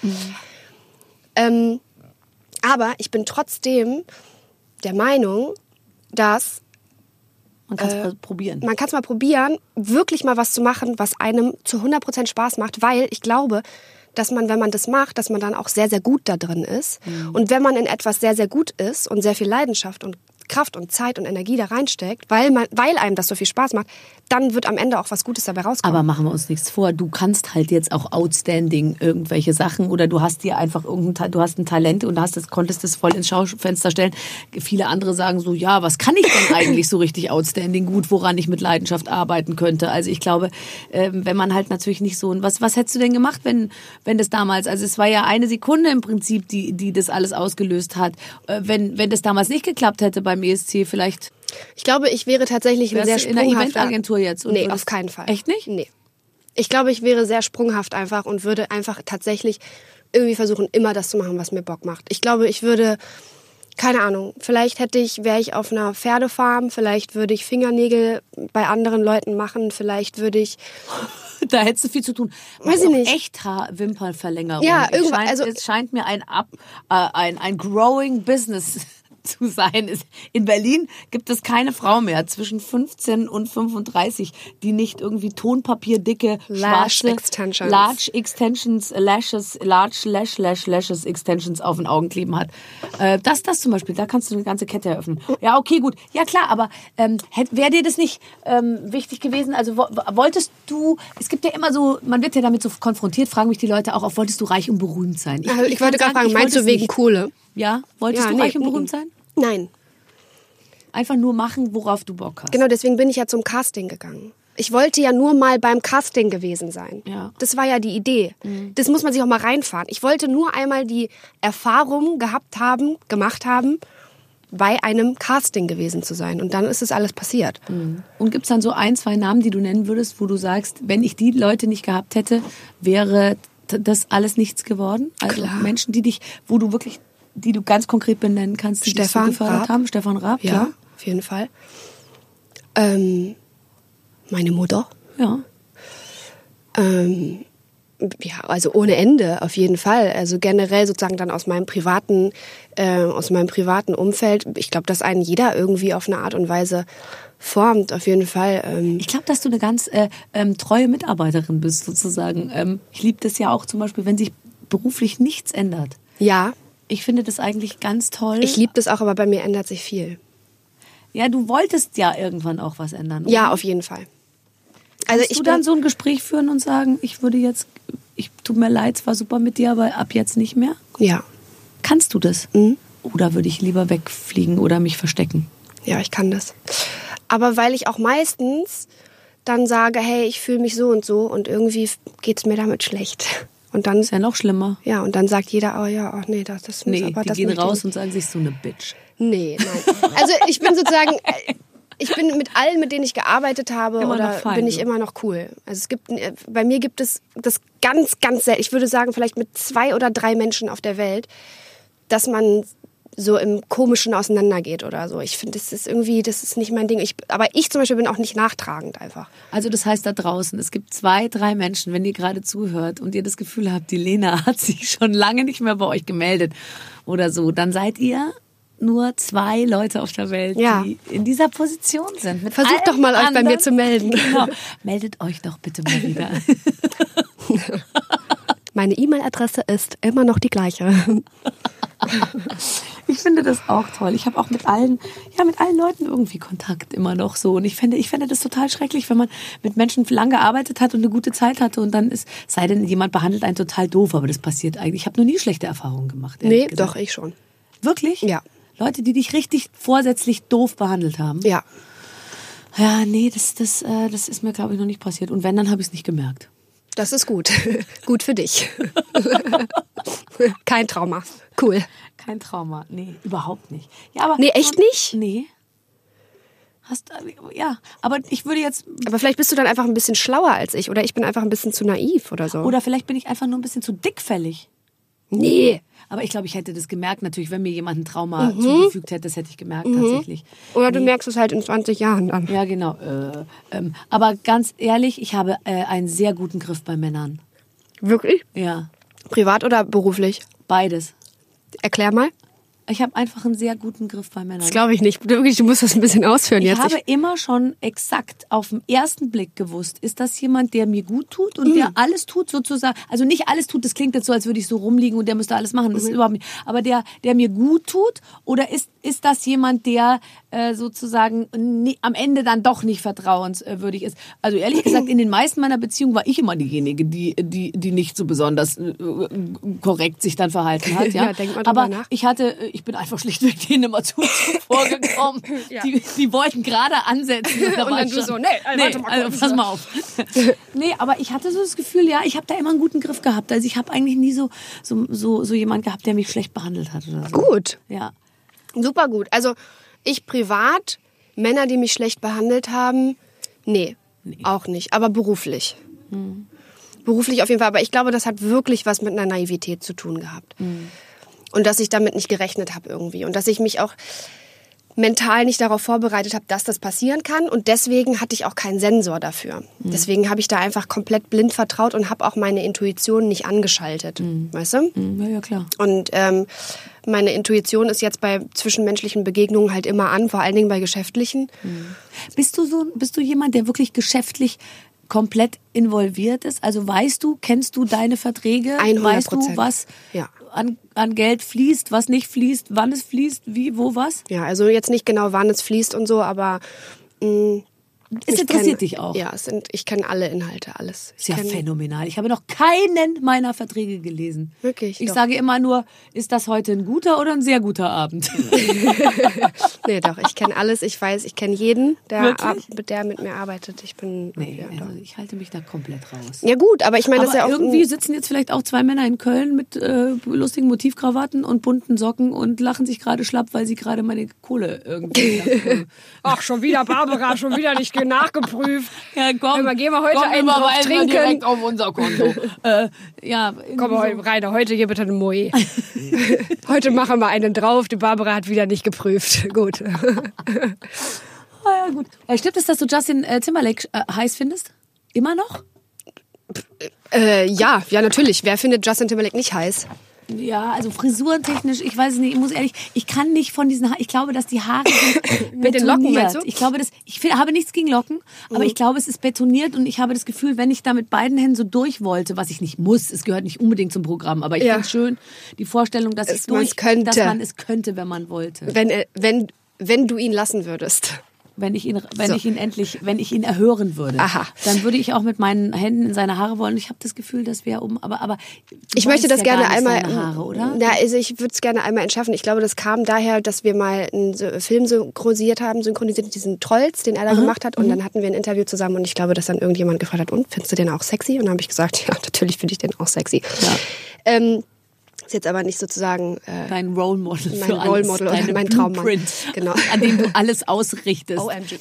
Aber ich bin trotzdem der Meinung, dass man kann es mal probieren. Man kann es mal probieren, wirklich mal was zu machen, was einem zu 100% Spaß macht, weil ich glaube, dass man, wenn man das macht, dass man dann auch sehr, sehr gut da drin ist. Und wenn man in etwas sehr, sehr gut ist und sehr viel Leidenschaft und Kraft und Zeit und Energie da reinsteckt, weil einem das so viel Spaß macht, dann wird am Ende auch was Gutes dabei rauskommen. Aber machen wir uns nichts vor, du kannst halt jetzt auch outstanding irgendwelche Sachen oder du hast dir einfach du hast ein Talent und konntest es voll ins Schaufenster stellen. Viele andere sagen so, ja, was kann ich denn eigentlich so richtig outstanding gut, woran ich mit Leidenschaft arbeiten könnte? Also ich glaube, wenn man halt natürlich nicht so, was hättest du denn gemacht, wenn das damals, also es war ja eine Sekunde im Prinzip, die das alles ausgelöst hat, wenn das damals nicht geklappt hätte beim ESC, vielleicht. Ich glaube, ich wäre tatsächlich ein sehr sprunghafter... in einer Eventagentur jetzt? Nee, auf keinen Fall. Echt nicht? Nee. Ich glaube, ich wäre sehr sprunghaft einfach und würde einfach tatsächlich irgendwie versuchen, immer das zu machen, was mir Bock macht. Ich glaube, ich würde, keine Ahnung, vielleicht wäre ich auf einer Pferdefarm, vielleicht würde ich Fingernägel bei anderen Leuten machen, vielleicht würde ich... Da hättest du viel zu tun. Weiß ich nicht. Echthaar-Wimpernverlängerung. Ja, irgendwann. Also es scheint mir ein growing Business zu sein. In Berlin gibt es keine Frau mehr zwischen 15 und 35, die nicht irgendwie tonpapierdicke, schwarze Large Lashes Extensions auf den Augen kleben hat. Das zum Beispiel, da kannst du eine ganze Kette eröffnen. Ja, okay, gut. Ja, klar, aber wäre dir das nicht wichtig gewesen? Also wolltest du, es gibt ja immer so, man wird ja damit so konfrontiert, fragen mich die Leute auch, wolltest du reich und berühmt sein? Ich wollte gerade fragen, meinst du wegen Kohle? Ja, wolltest du reich und berühmt sein? Nein. Einfach nur machen, worauf du Bock hast. Genau, deswegen bin ich ja zum Casting gegangen. Ich wollte ja nur mal beim Casting gewesen sein. Ja. Das war ja die Idee. Das muss man sich auch mal reinfahren. Ich wollte nur einmal die Erfahrung gemacht haben, bei einem Casting gewesen zu sein. Und dann ist es alles passiert. Und gibt es dann so 1, 2 Namen, die du nennen würdest, wo du sagst, wenn ich die Leute nicht gehabt hätte, wäre das alles nichts geworden? Also klar. Menschen, wo du wirklich, die du ganz konkret benennen kannst, die dich so gefördert haben? Stefan Raab, ja, klar. Auf jeden Fall. Meine Mutter. Ja. Ja, also ohne Ende, auf jeden Fall. Also generell sozusagen dann aus meinem privaten Umfeld. Ich glaube, dass einen jeder irgendwie auf eine Art und Weise formt, auf jeden Fall. Ich glaube, dass du eine ganz treue Mitarbeiterin bist, sozusagen. Ich liebe das ja auch zum Beispiel, wenn sich beruflich nichts ändert. Ja. Ich finde das eigentlich ganz toll. Ich liebe das auch, aber bei mir ändert sich viel. Ja, du wolltest ja irgendwann auch was ändern, oder? Ja, auf jeden Fall. Also du dann so ein Gespräch führen und sagen, tut mir leid, es war super mit dir, aber ab jetzt nicht mehr? Ja. Kannst du das? Oder würde ich lieber wegfliegen oder mich verstecken? Ja, ich kann das. Aber weil ich auch meistens dann sage, hey, ich fühle mich so und irgendwie geht's mir damit schlecht. Und dann ist ja noch schlimmer. Ja, und dann sagt jeder, nee, das muss aber... Die gehen raus und sagen sich, so eine Bitch. Nee, nein. Also ich bin sozusagen... Ich bin mit allen, mit denen ich gearbeitet habe, bin ich immer noch cool. Also bei mir gibt es das ganz, ganz selten. Ich würde sagen, vielleicht mit 2 oder 3 Menschen auf der Welt, dass man so im Komischen auseinandergeht oder so. Ich finde, das ist nicht mein Ding. Aber ich zum Beispiel bin auch nicht nachtragend einfach. Also das heißt da draußen, es gibt 2, 3 Menschen, wenn ihr gerade zuhört und ihr das Gefühl habt, die Lena hat sich schon lange nicht mehr bei euch gemeldet oder so, dann seid ihr nur 2 Leute auf der Welt, die in dieser Position sind. Versucht doch mal, euch bei mir zu melden. Genau. Meldet euch doch bitte mal wieder. Meine E-Mail-Adresse ist immer noch die gleiche. Ich finde das auch toll. Ich habe auch mit allen Leuten irgendwie Kontakt immer noch so. Und ich fände das total schrecklich, wenn man mit Menschen lang gearbeitet hat und eine gute Zeit hatte und dann sei denn, jemand behandelt einen total doof, aber das passiert eigentlich. Ich habe noch nie schlechte Erfahrungen gemacht. Nee, doch, ich schon. Wirklich? Ja. Leute, die dich richtig vorsätzlich doof behandelt haben? Ja. Ja, nee, das ist mir, glaube ich, noch nicht passiert. Und wenn, dann habe ich es nicht gemerkt. Das ist gut. Gut für dich. Kein Trauma. Cool. Kein Trauma. Nee, überhaupt nicht. Ja, aber nee, echt nicht? Nee. Aber ich würde jetzt... Aber vielleicht bist du dann einfach ein bisschen schlauer als ich. Oder ich bin einfach ein bisschen zu naiv oder so. Oder vielleicht bin ich einfach nur ein bisschen zu dickfällig. Nee. Aber ich glaube, ich hätte das gemerkt. Natürlich, wenn mir jemand ein Trauma zugefügt hätte, das hätte ich gemerkt tatsächlich. Oder du merkst es halt in 20 Jahren dann. Ja, genau. Aber ganz ehrlich, ich habe einen sehr guten Griff bei Männern. Wirklich? Ja. Privat oder beruflich? Beides. Erklär mal. Ich habe einfach einen sehr guten Griff bei Männern. Das glaube ich nicht. Wirklich, du musst das ein bisschen ausführen jetzt. Ich habe immer schon exakt auf den ersten Blick gewusst, ist das jemand, der mir gut tut und der alles tut sozusagen, also nicht alles tut, das klingt jetzt so, als würde ich so rumliegen und der müsste alles machen, das ist überhaupt nicht, aber der mir gut tut, oder ist das jemand, der sozusagen am Ende dann doch nicht vertrauenswürdig ist. Also ehrlich gesagt, in den meisten meiner Beziehungen war ich immer diejenige, die nicht so besonders korrekt sich dann verhalten hat. Ja, denk mal drüber nach. Ich bin einfach schlichtweg denen immer zuvor gekommen. Ja. Die wollten gerade ansetzen. Und dann du so, warte mal. Pass mal auf. Nee, aber ich hatte so das Gefühl, ja, ich habe da immer einen guten Griff gehabt. Also ich habe eigentlich nie so jemand gehabt, der mich schlecht behandelt hat oder so. Gut. Ja. Super gut. Also ich privat, Männer, die mich schlecht behandelt haben, nee. Auch nicht. Aber beruflich. Beruflich auf jeden Fall. Aber ich glaube, das hat wirklich was mit einer Naivität zu tun gehabt. Und dass ich damit nicht gerechnet habe irgendwie. Und dass ich mich auch mental nicht darauf vorbereitet habe, dass das passieren kann. Und deswegen hatte ich auch keinen Sensor dafür. Deswegen habe ich da einfach komplett blind vertraut und habe auch meine Intuition nicht angeschaltet. Weißt du? Ja, klar. Und meine Intuition ist jetzt bei zwischenmenschlichen Begegnungen halt immer an, vor allen Dingen bei geschäftlichen. Bist du jemand, der wirklich geschäftlich komplett involviert ist? Also kennst du deine Verträge? 100%. Weißt du, was an Geld fließt, was nicht fließt, wann es fließt, wie, wo, was? Ja, also jetzt nicht genau, wann es fließt und so, aber es interessiert dich auch? Ja, ich kenne alle Inhalte, alles. Ist ja phänomenal. Ich habe noch keinen meiner Verträge gelesen. Wirklich? Ich sage immer nur, ist das heute ein guter oder ein sehr guter Abend? Nee, doch, ich kenne alles. Ich weiß, ich kenne jeden, der mit mir arbeitet. Ich halte mich da komplett raus. Ja gut, aber ich meine, das ist ja auch... irgendwie sitzen jetzt vielleicht auch 2 Männer in Köln mit lustigen Motivkrawatten und bunten Socken und lachen sich gerade schlapp, weil sie gerade meine Kohle irgendwie... Ach, schon wieder Barbara, schon wieder nicht nachgeprüft. Ja, komm, gehen wir heute einen drauf trinken. Direkt auf unser Konto. Komm, Rainer, heute hier bitte eine Moe. Heute machen wir einen drauf. Die Barbara hat wieder nicht geprüft. Gut. Ja, gut. Stimmt es, dass du Justin Timberlake heiß findest? Immer noch? Ja, natürlich. Wer findet Justin Timberlake nicht heiß? Ja, also frisurentechnisch, ich weiß es nicht, ich kann nicht von diesen Haaren, ich glaube, dass die Haare sind mit den Locken, meinst du? Ich habe nichts gegen Locken, aber ich glaube, es ist betoniert und ich habe das Gefühl, wenn ich da mit beiden Händen so durch wollte, was ich nicht muss, es gehört nicht unbedingt zum Programm, aber ich finde es schön, die Vorstellung, dass dass man es könnte, wenn man wollte. Wenn du ihn lassen würdest. Wenn ich ihn erhören würde, dann würde ich auch mit meinen Händen in seine Haare wollen. Ich habe das Gefühl, dass wir aber ich möchte das gerne einmal, Haare, oder? Ja, also ich würde es gerne einmal entschärfen. Ich glaube, das kam daher, dass wir mal einen Film synchronisiert, diesen Trolls, den er da gemacht hat, und dann hatten wir ein Interview zusammen und ich glaube, dass dann irgendjemand gefragt hat, und findest du den auch sexy? Und dann habe ich gesagt, ja, natürlich finde ich den auch sexy. Ja. Ist jetzt aber nicht sozusagen dein Role Model mein Role Model oder mein Traummann, genau, an dem du alles ausrichtest. OMG.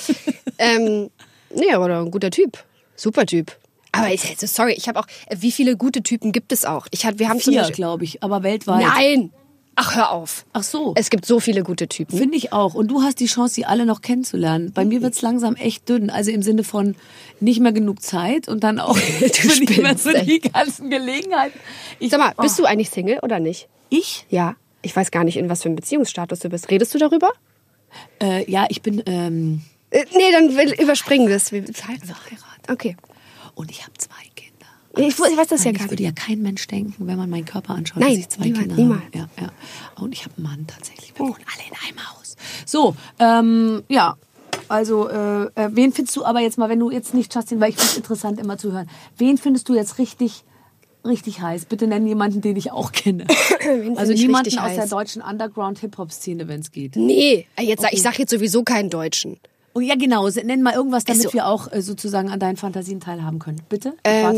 Nee, aber ein guter Typ, super Typ. Aber sorry, ich habe auch. Wie viele gute Typen gibt es auch? Wir haben 4, glaube ich, aber weltweit. Nein. Ach, hör auf. Ach so. Es gibt so viele gute Typen. Finde ich auch. Und du hast die Chance, sie alle noch kennenzulernen. Bei mir wird's langsam echt dünn. Also im Sinne von nicht mehr genug Zeit und dann auch nicht mehr so die ganzen Gelegenheiten. Sag mal, bist du eigentlich Single oder nicht? Ich? Ja. Ich weiß gar nicht, in was für einem Beziehungsstatus du bist. Redest du darüber? Ja, ich bin Nee, dann überspringen wir es. verheiratet. Okay. Und ich habe 2 Kinder. Ich weiß das ja gar nicht. Würde ja kein Mensch denken, wenn man meinen Körper anschaut, Nein, dass ich 2 Kinder niemals. habe. Ja. Und ich habe einen Mann tatsächlich. Wir wohnen alle in einem Haus. So, ja. Also, wen findest du aber jetzt mal, wenn du jetzt nicht Justin, weil ich finde es interessant immer zu hören, wen findest du jetzt richtig heiß? Bitte nenn jemanden, den ich auch kenne. Also niemanden aus der deutschen Underground-Hip-Hop-Szene, wenn es geht. Nee, ich sag jetzt sowieso keinen Deutschen. Oh ja, genau. Nenn mal irgendwas, damit wir auch sozusagen an deinen Fantasien teilhaben können. Bitte?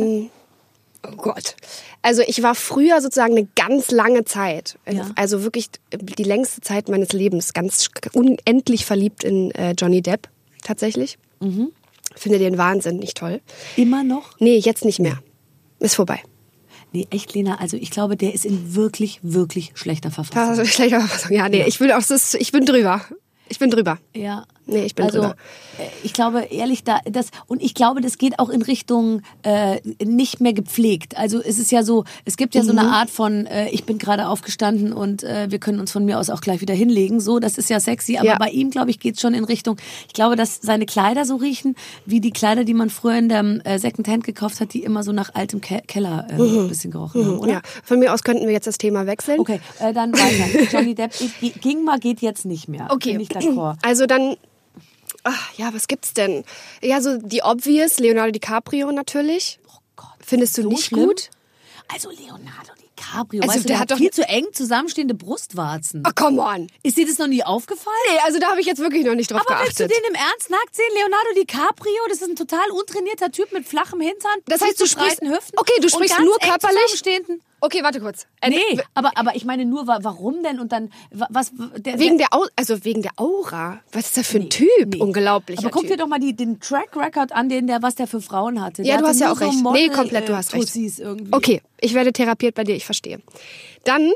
Oh Gott. Also ich war früher sozusagen eine ganz lange Zeit, Ja. also wirklich die längste Zeit meines Lebens, ganz unendlich verliebt in Johnny Depp, tatsächlich. Finde den wahnsinnig toll. Immer noch? Nee, jetzt nicht mehr. Ist vorbei. Nee, echt, Lena, also ich glaube, der ist in wirklich, wirklich schlechter Verfassung. Das ist schlechter Verfassung. Ja, nee, ich bin drüber. Ich bin drüber. Ja. Nee, ich bin drüber. Ich glaube, ehrlich, ich glaube, das geht auch in Richtung nicht mehr gepflegt. Also es ist ja so, es gibt ja so eine Art von, ich bin gerade aufgestanden und wir können uns von mir aus auch gleich wieder hinlegen. So, das ist ja sexy. Aber bei ihm, glaube ich, geht's schon in Richtung, ich glaube, dass seine Kleider so riechen, wie die Kleider, die man früher in der Secondhand gekauft hat, die immer so nach altem Keller ein bisschen gerochen haben, oder? Ja, von mir aus könnten wir jetzt das Thema wechseln. Okay, dann weiter. Johnny Depp, geht jetzt nicht mehr. Okay, Bin ich d'accord. Also dann, ja, was gibt's denn? Ja, so die obvious, Leonardo DiCaprio natürlich. Oh Gott. Findest du so nicht schlimm? gut? Also Leonardo DiCaprio, Also weißt du, der der hat hat doch viel zu eng zusammenstehende Brustwarzen. Oh, come on. Ist dir das noch nie aufgefallen? Nee, also da habe ich jetzt wirklich noch nicht drauf Aber willst du geachtet. den im Ernst nackt sehen? Leonardo DiCaprio, das ist ein total untrainierter Typ mit flachem Hintern, Das heißt, viel du zu sprichst- breiten Hüften. Okay, du sprichst und ganz nur eng körperlich? zusammenstehenden. Okay, warte kurz. Nee, aber ich meine nur, warum denn? Und dann, was... Wegen der Aura. Was ist das für ein Typ? Nee. Unglaublicher Aber guck Typ. dir doch mal den Track Record an, was der für Frauen hatte. Ja, Der du hatte hast ja nur auch recht. Model, Nee, komplett, du hast recht. Tussis irgendwie. Okay, ich werde therapiert bei dir, ich verstehe. Dann,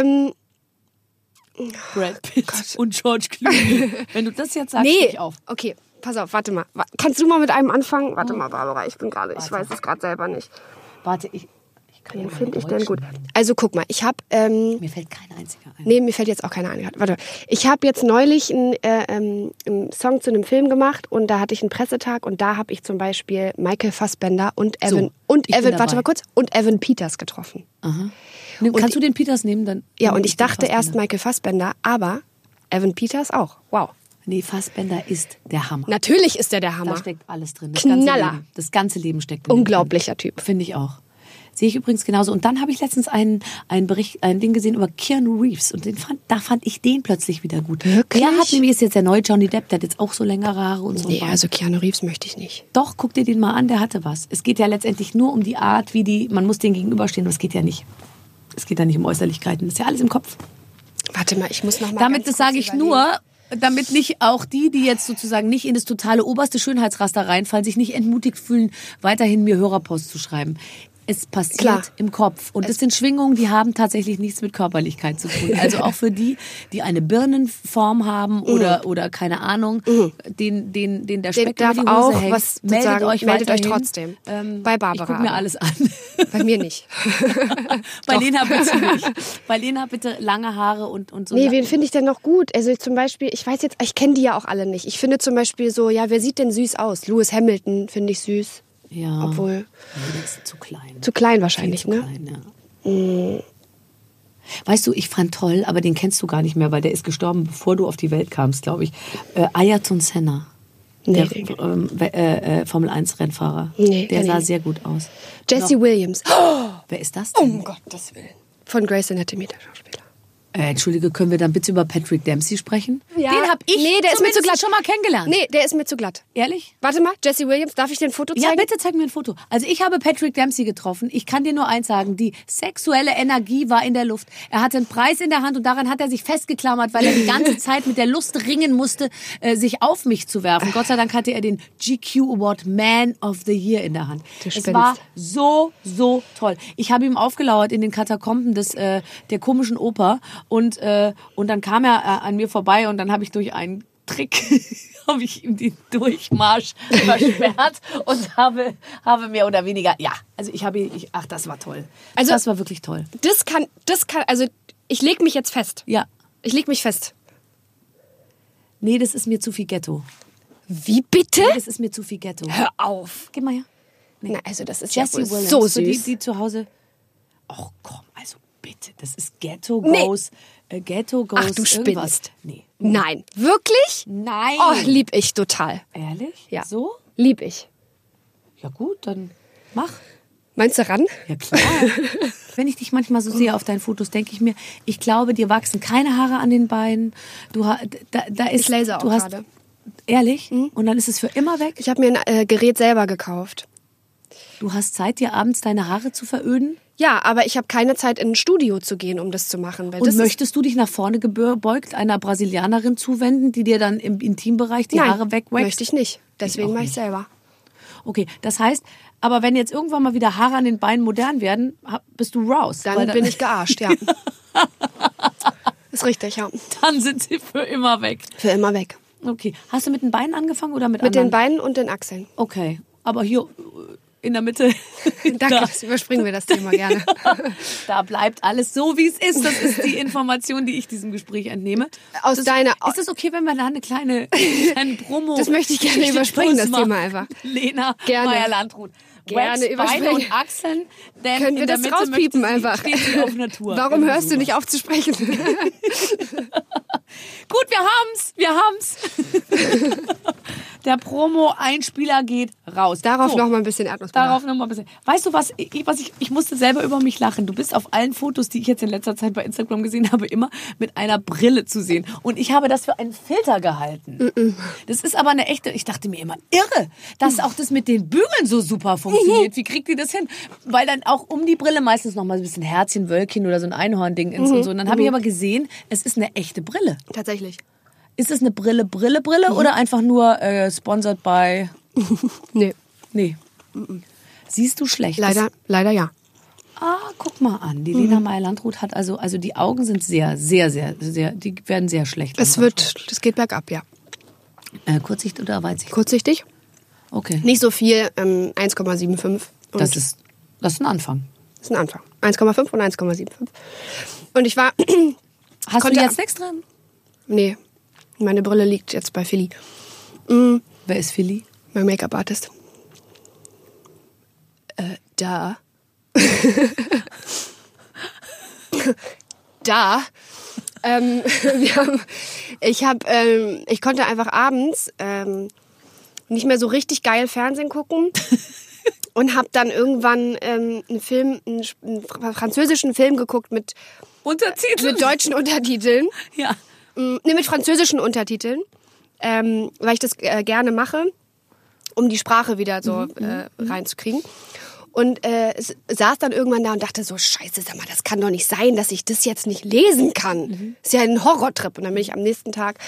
Brad Pitt und George Clooney. Wenn du das jetzt sagst, nee, ich auf. okay, pass auf, warte mal. Kannst du mal mit einem anfangen? Warte mal, Barbara, ich weiß es gerade selber nicht. Warte, ich kann Wen ja mal finde ich denn Deutschen gut? nennen. Also guck mal, ich habe Mir fällt kein einziger ein. nee, mir fällt jetzt auch keiner ein. Warte, ich habe jetzt neulich einen Song zu einem Film gemacht und da hatte ich einen Pressetag und da habe ich zum Beispiel Michael Fassbender und Evan dabei. und Evan Peters getroffen. Kannst du den Peters nehmen? Dann Ja, nehme und ich den dachte erst Fassbender. Michael Fassbender, aber Evan Peters auch. Wow. Nee, Fassbender ist der Hammer. Natürlich ist der Da Hammer. steckt alles drin. Knaller. Das ganze Leben steckt drin. Unglaublicher Typ. Finde ich auch. Sehe ich übrigens genauso. Und dann habe ich letztens ein Ding gesehen über Keanu Reeves. Und da fand ich den plötzlich wieder gut. Wirklich? Der hat nämlich, ist jetzt der neue Johnny Depp, der hat jetzt auch so längere Haare und so. Nee, also Keanu Reeves möchte ich nicht. Doch, guck dir den mal an, der hatte was. Es geht ja letztendlich nur um die Art, man muss denen gegenüberstehen, aber es geht ja nicht. Es geht ja nicht um Äußerlichkeiten, das ist ja alles im Kopf. Warte mal, ich muss noch mal Damit, ganz das kurz sage ich überlegen. nur, damit nicht auch die jetzt sozusagen nicht in das totale oberste Schönheitsraster reinfallen, sich nicht entmutigt fühlen, weiterhin mir Hörerpost zu schreiben. Es passiert Klar. im Kopf. Und das sind Schwingungen, die haben tatsächlich nichts mit Körperlichkeit zu tun. Also auch für die eine Birnenform haben oder keine Ahnung, den der Speck über darf die Hose auch hängt. was meldet euch meldet weiterhin. euch trotzdem. Bei Barbara. Ich guck mir aber. alles an. Bei mir nicht. Bei Lena bitte nicht. Bei Lena bitte lange Haare und so. Nee, wen finde ich denn noch gut? Also zum Beispiel, ich kenne die ja auch alle nicht. Ich finde zum Beispiel so, ja, wer sieht denn süß aus? Lewis Hamilton finde ich süß. Ja. Obwohl, Nee, der ist zu klein. zu klein wahrscheinlich, Viel zu ne? klein, ja. Weißt du, ich fand toll, aber den kennst du gar nicht mehr, weil der ist gestorben, bevor du auf die Welt kamst, glaube ich. Ayrton Senna. Nee, Der Formel-1-Rennfahrer. Nee, der kenn ich sah nicht. sehr gut aus. Jesse Williams. Wer ist das denn? Gottes Willen. Von Grey's Anatomy, der Schauspieler. Entschuldige, können wir dann bitte über Patrick Dempsey sprechen? Ja. Den habe ich Nee, der ist mir zu zumindest glatt. schon mal kennengelernt. Nee, der ist mir zu glatt. Ehrlich? Warte mal, Jesse Williams, darf ich dir ein Foto Ja, zeigen? bitte zeig mir ein Foto. Also ich habe Patrick Dempsey getroffen. Ich kann dir nur eins sagen, die sexuelle Energie war in der Luft. Er hatte einen Preis in der Hand und daran hat er sich festgeklammert, weil er die ganze Zeit mit der Lust ringen musste, sich auf mich zu werfen. Gott sei Dank hatte er den GQ Award Man of the Year in der Hand. Du Es spinnst. war so toll. Ich habe ihm aufgelauert in den Katakomben der komischen Oper und dann kam er an mir vorbei und dann habe ich durch einen Trick habe ich ihm den Durchmarsch versperrt und habe mehr oder weniger, ja, also das war toll. Also- das war wirklich toll. Das kann, also Ich leg mich jetzt fest. Ja. Ich leg mich fest. Nee, das ist mir zu viel Ghetto. Wie bitte? Nee, das ist mir zu viel Ghetto. Hör auf. Gib mal her. Na, also das ist Jessie ja wohl Williams, so für süß. die zu Hause. Ach komm, also bitte, das ist Ghetto Goes, Ghetto Goes Ach, du irgendwas. spinnst. Nee. Nein. Wirklich? Nein. Oh, lieb ich total. Ehrlich? Ja. So? Lieb ich. Ja gut, dann mach. Meinst du ran? Ja klar. Wenn ich dich manchmal so sehe auf deinen Fotos, denke ich mir, ich glaube, dir wachsen keine Haare an den Beinen. Da ist, Ich laser auch du hast, gerade. Ehrlich? Und dann ist es für immer weg? Ich habe mir ein Gerät selber gekauft. Du hast Zeit, dir abends deine Haare zu veröden? Ja, aber ich habe keine Zeit, in ein Studio zu gehen, um das zu machen. Weil Und das möchtest du dich nach vorne gebeugt einer Brasilianerin zuwenden, die dir dann im Intimbereich die Haare wegwächst? möchte ich nicht. Deswegen mache ich selber. Okay, das heißt, aber wenn jetzt irgendwann mal wieder Haare an den Beinen modern werden, bist du raus. Dann bin ich gearscht, ja. Ist richtig, ja. Dann sind sie für immer weg. Für immer weg. Okay, hast du mit den Beinen angefangen oder mit Mit anderen? den Beinen und den Achseln. Okay, aber hier in der Mitte. Danke, da, das überspringen wir das Thema gerne. da bleibt alles so, wie es ist. Das ist die Information, die ich diesem Gespräch entnehme. Aus deiner... Ist es okay, wenn wir da eine kleine Promo... Das möchte ich gerne überspringen, das Thema einfach. Lena Gerne. Meyer-Landrut. Gerne Wax, überspringen. Beine und Achseln, denn Können wir in der das Mitte rauspiepen möchte sie- einfach? steht sie auf Natur. Warum Genau hörst du so. nicht auf zu sprechen? Gut, wir haben's. Der Promo-Einspieler geht raus. Darauf So. noch mal ein bisschen Erdnussbutter. Darauf noch mal ein bisschen. Weißt du was? Ich musste selber über mich lachen. Du bist auf allen Fotos, die ich jetzt in letzter Zeit bei Instagram gesehen habe, immer mit einer Brille zu sehen. Und ich habe das für einen Filter gehalten. Das ist aber eine echte. Ich dachte mir immer irre, dass auch das mit den Bügeln so super funktioniert. Wie kriegt die das hin? Weil dann auch um die Brille meistens noch mal ein bisschen Herzchen, Wölkchen oder so ein Einhorn-Ding ist und so. Und dann habe ich aber gesehen, es ist eine echte Brille. Tatsächlich. Ist es eine Brille oder einfach nur sponsored by? Nee. Nee. Siehst du schlecht? Leider ja. Guck mal an. Die Lena Meyer-Landrut hat also die Augen sind sehr, sehr, sehr, sehr, die werden sehr schlecht. Das geht bergab, ja. Kurzsicht oder Weitsicht? Kurzsichtig. Okay. Nicht so viel, 1,75. Und Das ist ein Anfang. Das ist ein Anfang. 1,5 und 1,75. Und ich war... Hast du konnte- jetzt nichts dran? Nee, meine Brille liegt jetzt bei Philly. Wer ist Philly? Mein Make-up-Artist. Da. Da. Ich konnte einfach abends nicht mehr so richtig geil Fernsehen gucken und habe dann irgendwann einen französischen Film geguckt mit deutschen Untertiteln. Ja. Nee, mit französischen Untertiteln, weil ich das gerne mache, um die Sprache wieder so reinzukriegen. Und saß dann irgendwann da und dachte so, scheiße, sag mal, das kann doch nicht sein, dass ich das jetzt nicht lesen kann. Ist ja ein Horrortrip. Und dann bin ich am nächsten Tag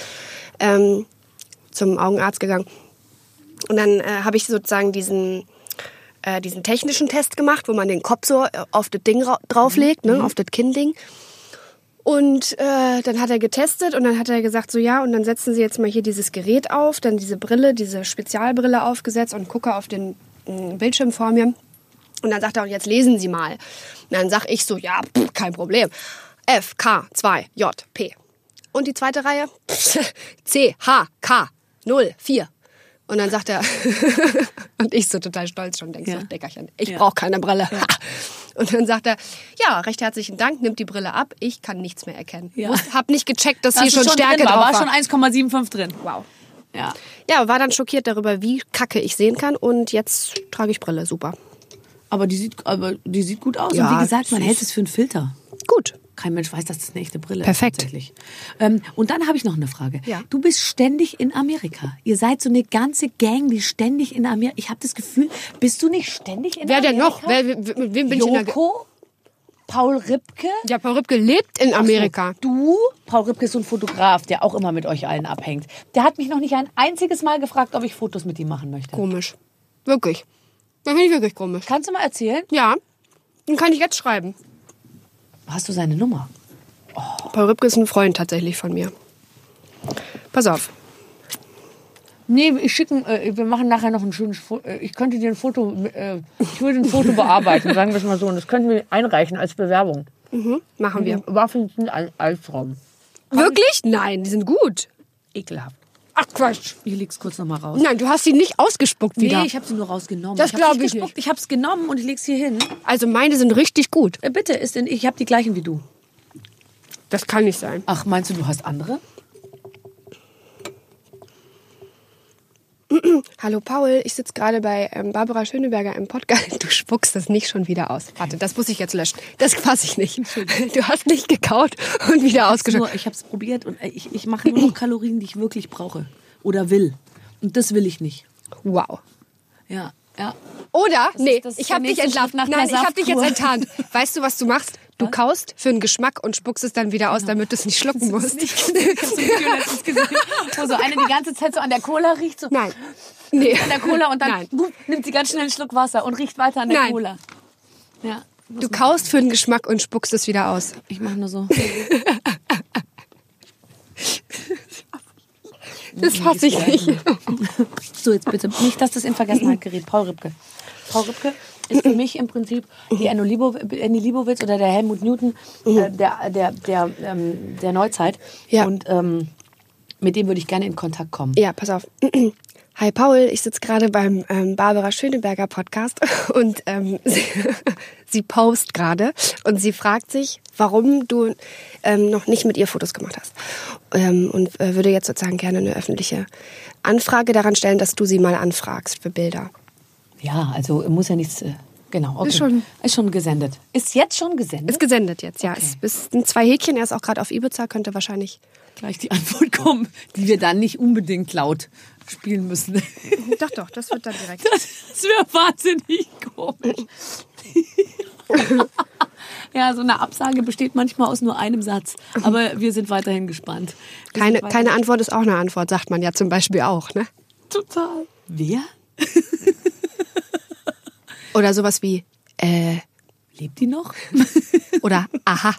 zum Augenarzt gegangen. Und dann habe ich sozusagen diesen technischen Test gemacht, wo man den Kopf so auf das Ding drauflegt, ne, auf das Kinnding. Und dann hat er getestet und dann hat er gesagt, so ja, und dann setzen Sie jetzt mal hier dieses Gerät auf, dann diese Brille, diese Spezialbrille aufgesetzt und gucke auf den Bildschirm vor mir. Und dann sagt er, und jetzt lesen Sie mal. Und dann sag ich so, ja, kein Problem. F, K, 2, J, P. Und die zweite Reihe, C, H, K, 0, 4. Und dann sagt er, und ich so total stolz schon, denk so, Deckerchen, ich brauche keine Brille. Ja. Und dann sagt er, ja, recht herzlichen Dank, nimmt die Brille ab, ich kann nichts mehr erkennen. Ja. Hab nicht gecheckt, dass Das hier ist schon Stärke drin drauf war. War schon 1,75 drin. Wow. Ja. Ja, war dann schockiert darüber, wie kacke ich sehen kann und jetzt trage ich Brille, super. Aber die sieht gut aus. Ja, und wie gesagt, man süß. hält es für einen Filter. Gut. Kein Mensch weiß, dass das eine echte Brille Perfekt. ist. Tatsächlich. Und dann habe ich noch eine Frage. Ja. Du bist ständig in Amerika. Ihr seid so eine ganze Gang, die ständig in Amerika... Ich habe das Gefühl, bist du nicht ständig in Wer Amerika? denn noch? Mit wem bin ich in der... Joko? Paul Ripke? Ja, Paul Ripke lebt in Amerika. Du? Paul Ripke ist so ein Fotograf, der auch immer mit euch allen abhängt. Der hat mich noch nicht ein einziges Mal gefragt, ob ich Fotos mit ihm machen möchte. Komisch. Wirklich. Das finde ich wirklich komisch. Kannst du mal erzählen? Ja, den kann ich jetzt schreiben. Hast du seine Nummer? Paul Ripke ist ein Freund tatsächlich von mir. Pass auf. Nee, wir machen nachher noch ein schönes Foto. Ich könnte dir ein Foto, ich würde ein Foto bearbeiten, sagen wir es mal so. Und das könnten wir einreichen als Bewerbung. Machen wir. Waffeln sind Albtraum. Wirklich? Nein, die sind gut. Ekelhaft. Ach Quatsch. Ich leg's kurz nochmal raus. Nein, du hast sie nicht ausgespuckt wieder. Nee, ich habe sie nur rausgenommen. Das glaube ich nicht. Ich habe es genommen und ich leg's hier hin. Also meine sind richtig gut. Bitte, ich habe die gleichen wie du. Das kann nicht sein. Ach, meinst du hast andere? Hallo Paul, ich sitze gerade bei Barbara Schöneberger im Podcast. Du spuckst das nicht schon wieder aus. Warte, das muss ich jetzt löschen. Das fasse ich nicht. Du hast nicht gekaut und wieder ausgespuckt. Ich habe es probiert und ich mache nur noch Kalorien, die ich wirklich brauche oder will. Und das will ich nicht. Wow. Ja. Oder, das ist ich habe der dich nächste entlarvt. Schritt nach Nein, der ich habe dich jetzt Saftkur. enttarnt. Weißt du, was du machst? Du kaust für den Geschmack und spuckst es dann wieder aus, damit du es nicht schlucken musst. Ich habe so ein Video letztens gesehen, wo so eine die ganze Zeit so an der Cola riecht. So Nein. Nee. an der Cola und dann Nein. nimmt sie ganz schnell einen Schluck Wasser und riecht weiter an der Nein. Cola. Ja, Du kaust für den Geschmack und spuckst es wieder aus. ich mache nur so. Das fasse ich nicht. So, jetzt bitte nicht, dass das in Vergessenheit gerät. Paul Ripke. Paul Ripke ist für mich im Prinzip die Annie Leibovitz oder der Helmut Newton der Neuzeit. Ja. Und mit dem würde ich gerne in Kontakt kommen. Ja, pass auf. Hi Paul, ich sitze gerade beim Barbara Schöneberger Podcast und sie post gerade und sie fragt sich, warum du noch nicht mit ihr Fotos gemacht hast. Und würde jetzt sozusagen gerne eine öffentliche Anfrage daran stellen, dass du sie mal anfragst für Bilder. Ja, also muss ja nichts... Genau, okay. Ist schon gesendet. Ist jetzt schon gesendet? Ist gesendet jetzt, ja. Okay. Es sind 2 Häkchen, er ist auch gerade auf Ibiza, könnte wahrscheinlich... Gleich die Antwort kommen, die wir dann nicht unbedingt laut spielen müssen. Doch, das wird dann direkt. Das wäre wahnsinnig komisch. Ja, so eine Absage besteht manchmal aus nur einem Satz. Aber wir sind weiterhin gespannt. Keine Antwort ist auch eine Antwort, sagt man ja zum Beispiel auch, ne? Total. Wer? Oder sowas wie, Lebt die noch? oder aha.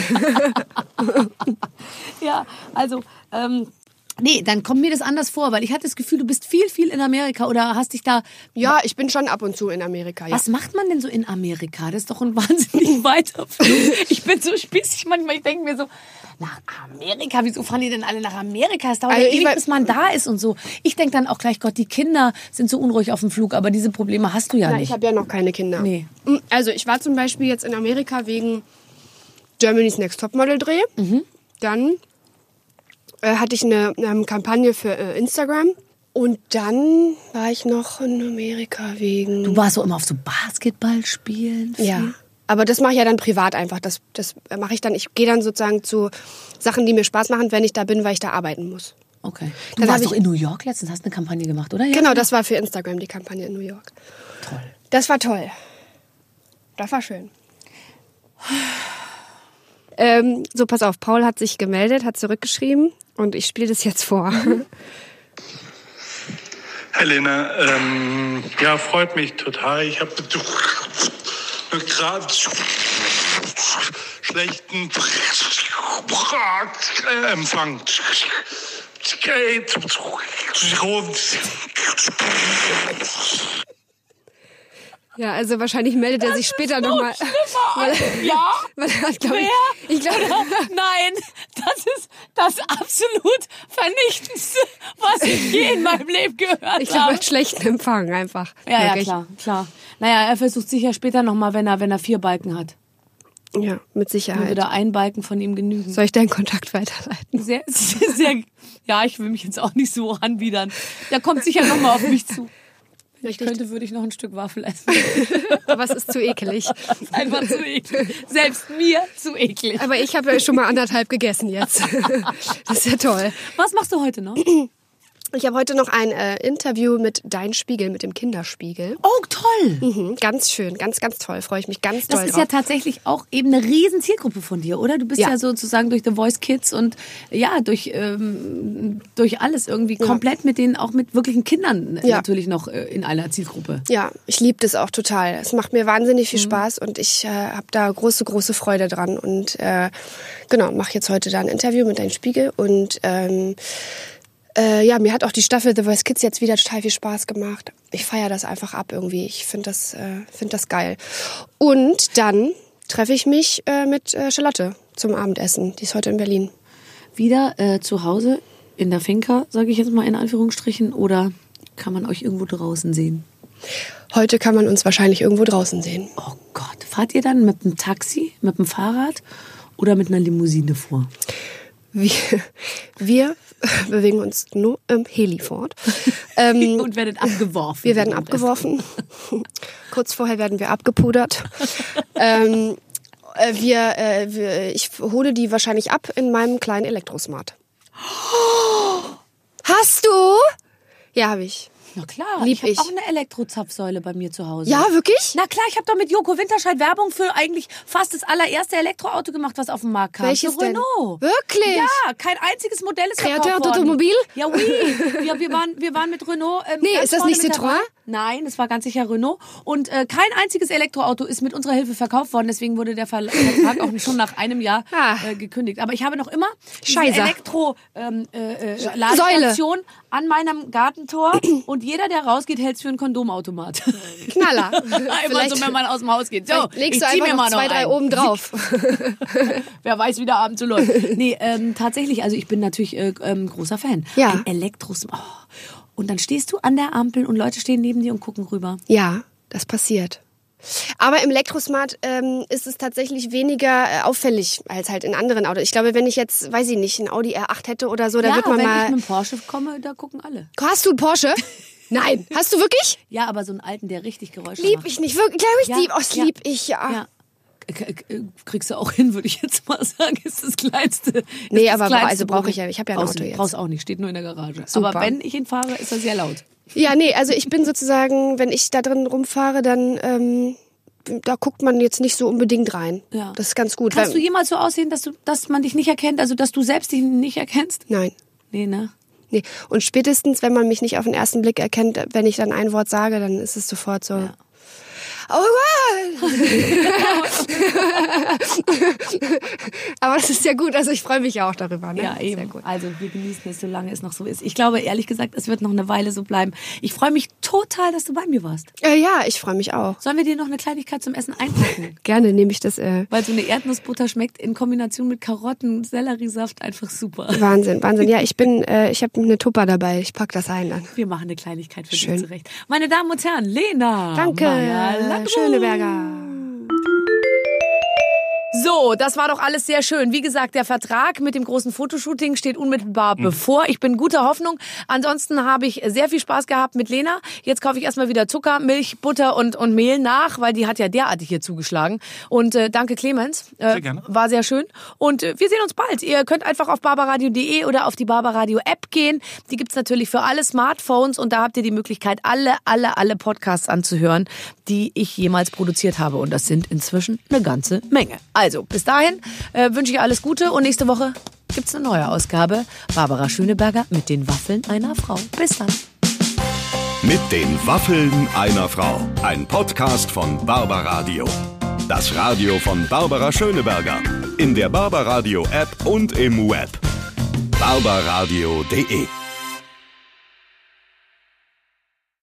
Ja, also, nee, dann kommt mir das anders vor, weil ich hatte das Gefühl, du bist viel in Amerika oder hast dich da... Ja, ich bin schon ab und zu in Amerika, ja. Was macht man denn so in Amerika? Das ist doch ein wahnsinnig weiter Flug. Ich bin so spießig manchmal, ich denke mir so, nach Amerika, wieso fahren die denn alle nach Amerika? Es dauert ja ewig, bis man da ist und so. Ich denke dann auch gleich, Gott, die Kinder sind so unruhig auf dem Flug, aber diese Probleme hast du ja Nein, nicht. ich habe ja noch keine Kinder. Nee. Also ich war zum Beispiel jetzt in Amerika wegen Germany's Next Topmodel Dreh. Dann hatte ich eine Kampagne für Instagram. Und dann war ich noch in Amerika wegen... Du warst so immer auf so Basketballspielen? Ja, aber das mache ich ja dann privat einfach. Das mache ich dann. Ich gehe dann sozusagen zu Sachen, die mir Spaß machen, wenn ich da bin, weil ich da arbeiten muss. Okay. Du Dann warst hab doch ich- in New York letztens, hast eine Kampagne gemacht, oder? Ja? Genau, das war für Instagram die Kampagne in New York. Toll. Das war toll. Das war schön. So, pass auf. Paul hat sich gemeldet, hat zurückgeschrieben und ich spiele das jetzt vor. Helena, ja, freut mich total. Ich habe gerade schlechten Empfang. Ja, also wahrscheinlich meldet er sich später nochmal. Ja? Ich glaube, Nein, das ist das absolut Vernichtendste, was ich je in meinem Leben gehört ich glaube, er habe. hat schlechten Empfang einfach. Ja, Wirklich. klar. Naja, er versucht sicher später nochmal, wenn er 4 Balken hat. Ja, mit Dann Sicherheit. würde ein Balken von ihm genügen. Soll ich deinen Kontakt weiterleiten? Sehr, ja, ich will mich jetzt auch nicht so anbiedern. Der kommt sicher nochmal auf mich zu. Würde ich noch ein Stück Waffel essen. Aber es ist zu ekelig. Das ist einfach zu eklig. Selbst mir zu eklig. Aber ich habe ja schon mal 1,5 gegessen jetzt. Das ist ja toll. Was machst du heute noch? Ich habe heute noch ein Interview mit Dein Spiegel, mit dem Kinderspiegel. Oh, toll. Mhm, ganz schön, ganz toll. Freue ich mich ganz Das doll ist drauf. ja tatsächlich auch eben eine riesen Zielgruppe von dir, oder? Du bist Ja. ja sozusagen durch The Voice Kids und ja, durch alles irgendwie komplett mit denen, auch mit wirklichen Kindern Ja. natürlich noch in einer Zielgruppe. Ja, ich liebe das auch total. Es macht mir wahnsinnig Mhm. viel Spaß und ich habe da große Freude dran. Und genau, mache jetzt heute da ein Interview mit Dein Spiegel. Und ja, mir hat auch die Staffel The Voice Kids jetzt wieder total viel Spaß gemacht. Ich feiere das einfach ab irgendwie. Ich finde das geil. Und dann treffe ich mich mit Charlotte zum Abendessen. Die ist heute in Berlin. Wieder zu Hause in der Finca, sage ich jetzt mal in Anführungsstrichen, oder kann man euch irgendwo draußen sehen? Heute kann man uns wahrscheinlich irgendwo draußen sehen. Oh Gott, fahrt ihr dann mit dem Taxi, mit dem Fahrrad oder mit einer Limousine vor? Wir bewegen uns nur im Heli fort. Und werdet abgeworfen. Wir werden abgeworfen. Kurz vorher werden wir abgepudert. Ich hole die wahrscheinlich ab in meinem kleinen Elektrosmart. Hast du? Ja, habe ich. Na klar, ich habe auch eine Elektrozapfsäule bei mir zu Hause. Ja, wirklich? Na klar, ich habe doch mit Joko Winterscheid Werbung für eigentlich fast das allererste Elektroauto gemacht, was auf dem Markt kam. Welches denn? Renault. Wirklich? Ja, kein einziges Modell ist verkauft worden. Kreateur Automobil? Ja, oui. Ja, wir waren mit Renault. Nee, ist das nicht Citroën? Nein, das war ganz sicher Renault. Und kein einziges Elektroauto ist mit unserer Hilfe verkauft worden. Deswegen wurde der Vertrag auch schon nach einem Jahr gekündigt. Aber ich habe noch immer diese Elektro-Ladestation an meinem Gartentor. Und jeder, der rausgeht, hält es für einen Kondomautomat. Knaller. Immer so, wenn man aus dem Haus geht. So, legst du einfach noch 2, 3 oben drauf. Wer weiß, wie der Abend so läuft. Nee, tatsächlich, also ich bin natürlich großer Fan. Ja. Ein Elektros. Oh. Und dann stehst du an der Ampel und Leute stehen neben dir und gucken rüber. Ja, das passiert. Aber im Elektrosmart ist es tatsächlich weniger auffällig als halt in anderen Autos. Ich glaube, wenn ich jetzt, weiß ich nicht, ein Audi R8 hätte oder so, da wird man wenn mal... ich mit dem Porsche komme, da gucken alle. Hast du einen Porsche? Nein. Hast du wirklich? Ja, aber so einen alten, der richtig Geräusche Lieb macht. ich nicht, wirklich. Glaube ich, Ja, lieb. Oh, das ja. lieb ich, ja. Kriegst du auch hin, würde ich jetzt mal sagen, ist das Kleinste. Nee, das aber Kleinste also brauche ich Problem. ja. Ich habe ja ein Auto jetzt. Brauchst auch nicht, steht nur in der Garage. Super. Aber wenn ich ihn fahre, ist er sehr laut. Ja, nee, also ich bin sozusagen, wenn ich da drin rumfahre, dann da guckt man jetzt nicht so unbedingt rein. Ja. Das ist ganz gut. Kannst du jemals so aussehen, dass man dich nicht erkennt, also dass du selbst dich nicht erkennst? Nein. Nee, ne? Nee. Und spätestens, wenn man mich nicht auf den ersten Blick erkennt, wenn ich dann ein Wort sage, dann ist es sofort so... Ja. Oh Gott! Aber das ist ja gut, also ich freue mich ja auch darüber. Ne? Ja, eben. Sehr gut. Also wir genießen es, solange es noch so ist. Ich glaube, ehrlich gesagt, es wird noch eine Weile so bleiben. Ich freue mich total, dass du bei mir warst. Ja, ich freue mich auch. Sollen wir dir noch eine Kleinigkeit zum Essen einpacken? Gerne nehme ich das. Weil so eine Erdnussbutter schmeckt in Kombination mit Karotten und Selleriesaft einfach super. Wahnsinn. Ja, ich habe eine Tupper dabei. Ich pack das ein dann. Wir machen eine Kleinigkeit für Schön. dich zurecht. Meine Damen und Herren, Lena. Danke. Schöneberger. So, das war doch alles sehr schön. Wie gesagt, der Vertrag mit dem großen Fotoshooting steht unmittelbar bevor. Ich bin guter Hoffnung. Ansonsten habe ich sehr viel Spaß gehabt mit Lena. Jetzt kaufe ich erstmal wieder Zucker, Milch, Butter und Mehl nach, weil die hat ja derartig hier zugeschlagen. Und danke Clemens. Sehr gerne. War sehr schön. Und wir sehen uns bald. Ihr könnt einfach auf barbaradio.de oder auf die Barbaradio App gehen. Die gibt's natürlich für alle Smartphones und da habt ihr die Möglichkeit, alle Podcasts anzuhören, die ich jemals produziert habe. Und das sind inzwischen eine ganze Menge. Also, bis dahin wünsche ich alles Gute und nächste Woche gibt's eine neue Ausgabe. Barbara Schöneberger mit den Waffeln einer Frau. Bis dann. Mit den Waffeln einer Frau. Ein Podcast von Barbaradio. Das Radio von Barbara Schöneberger. In der Barbaradio App und im Web. barbaradio.de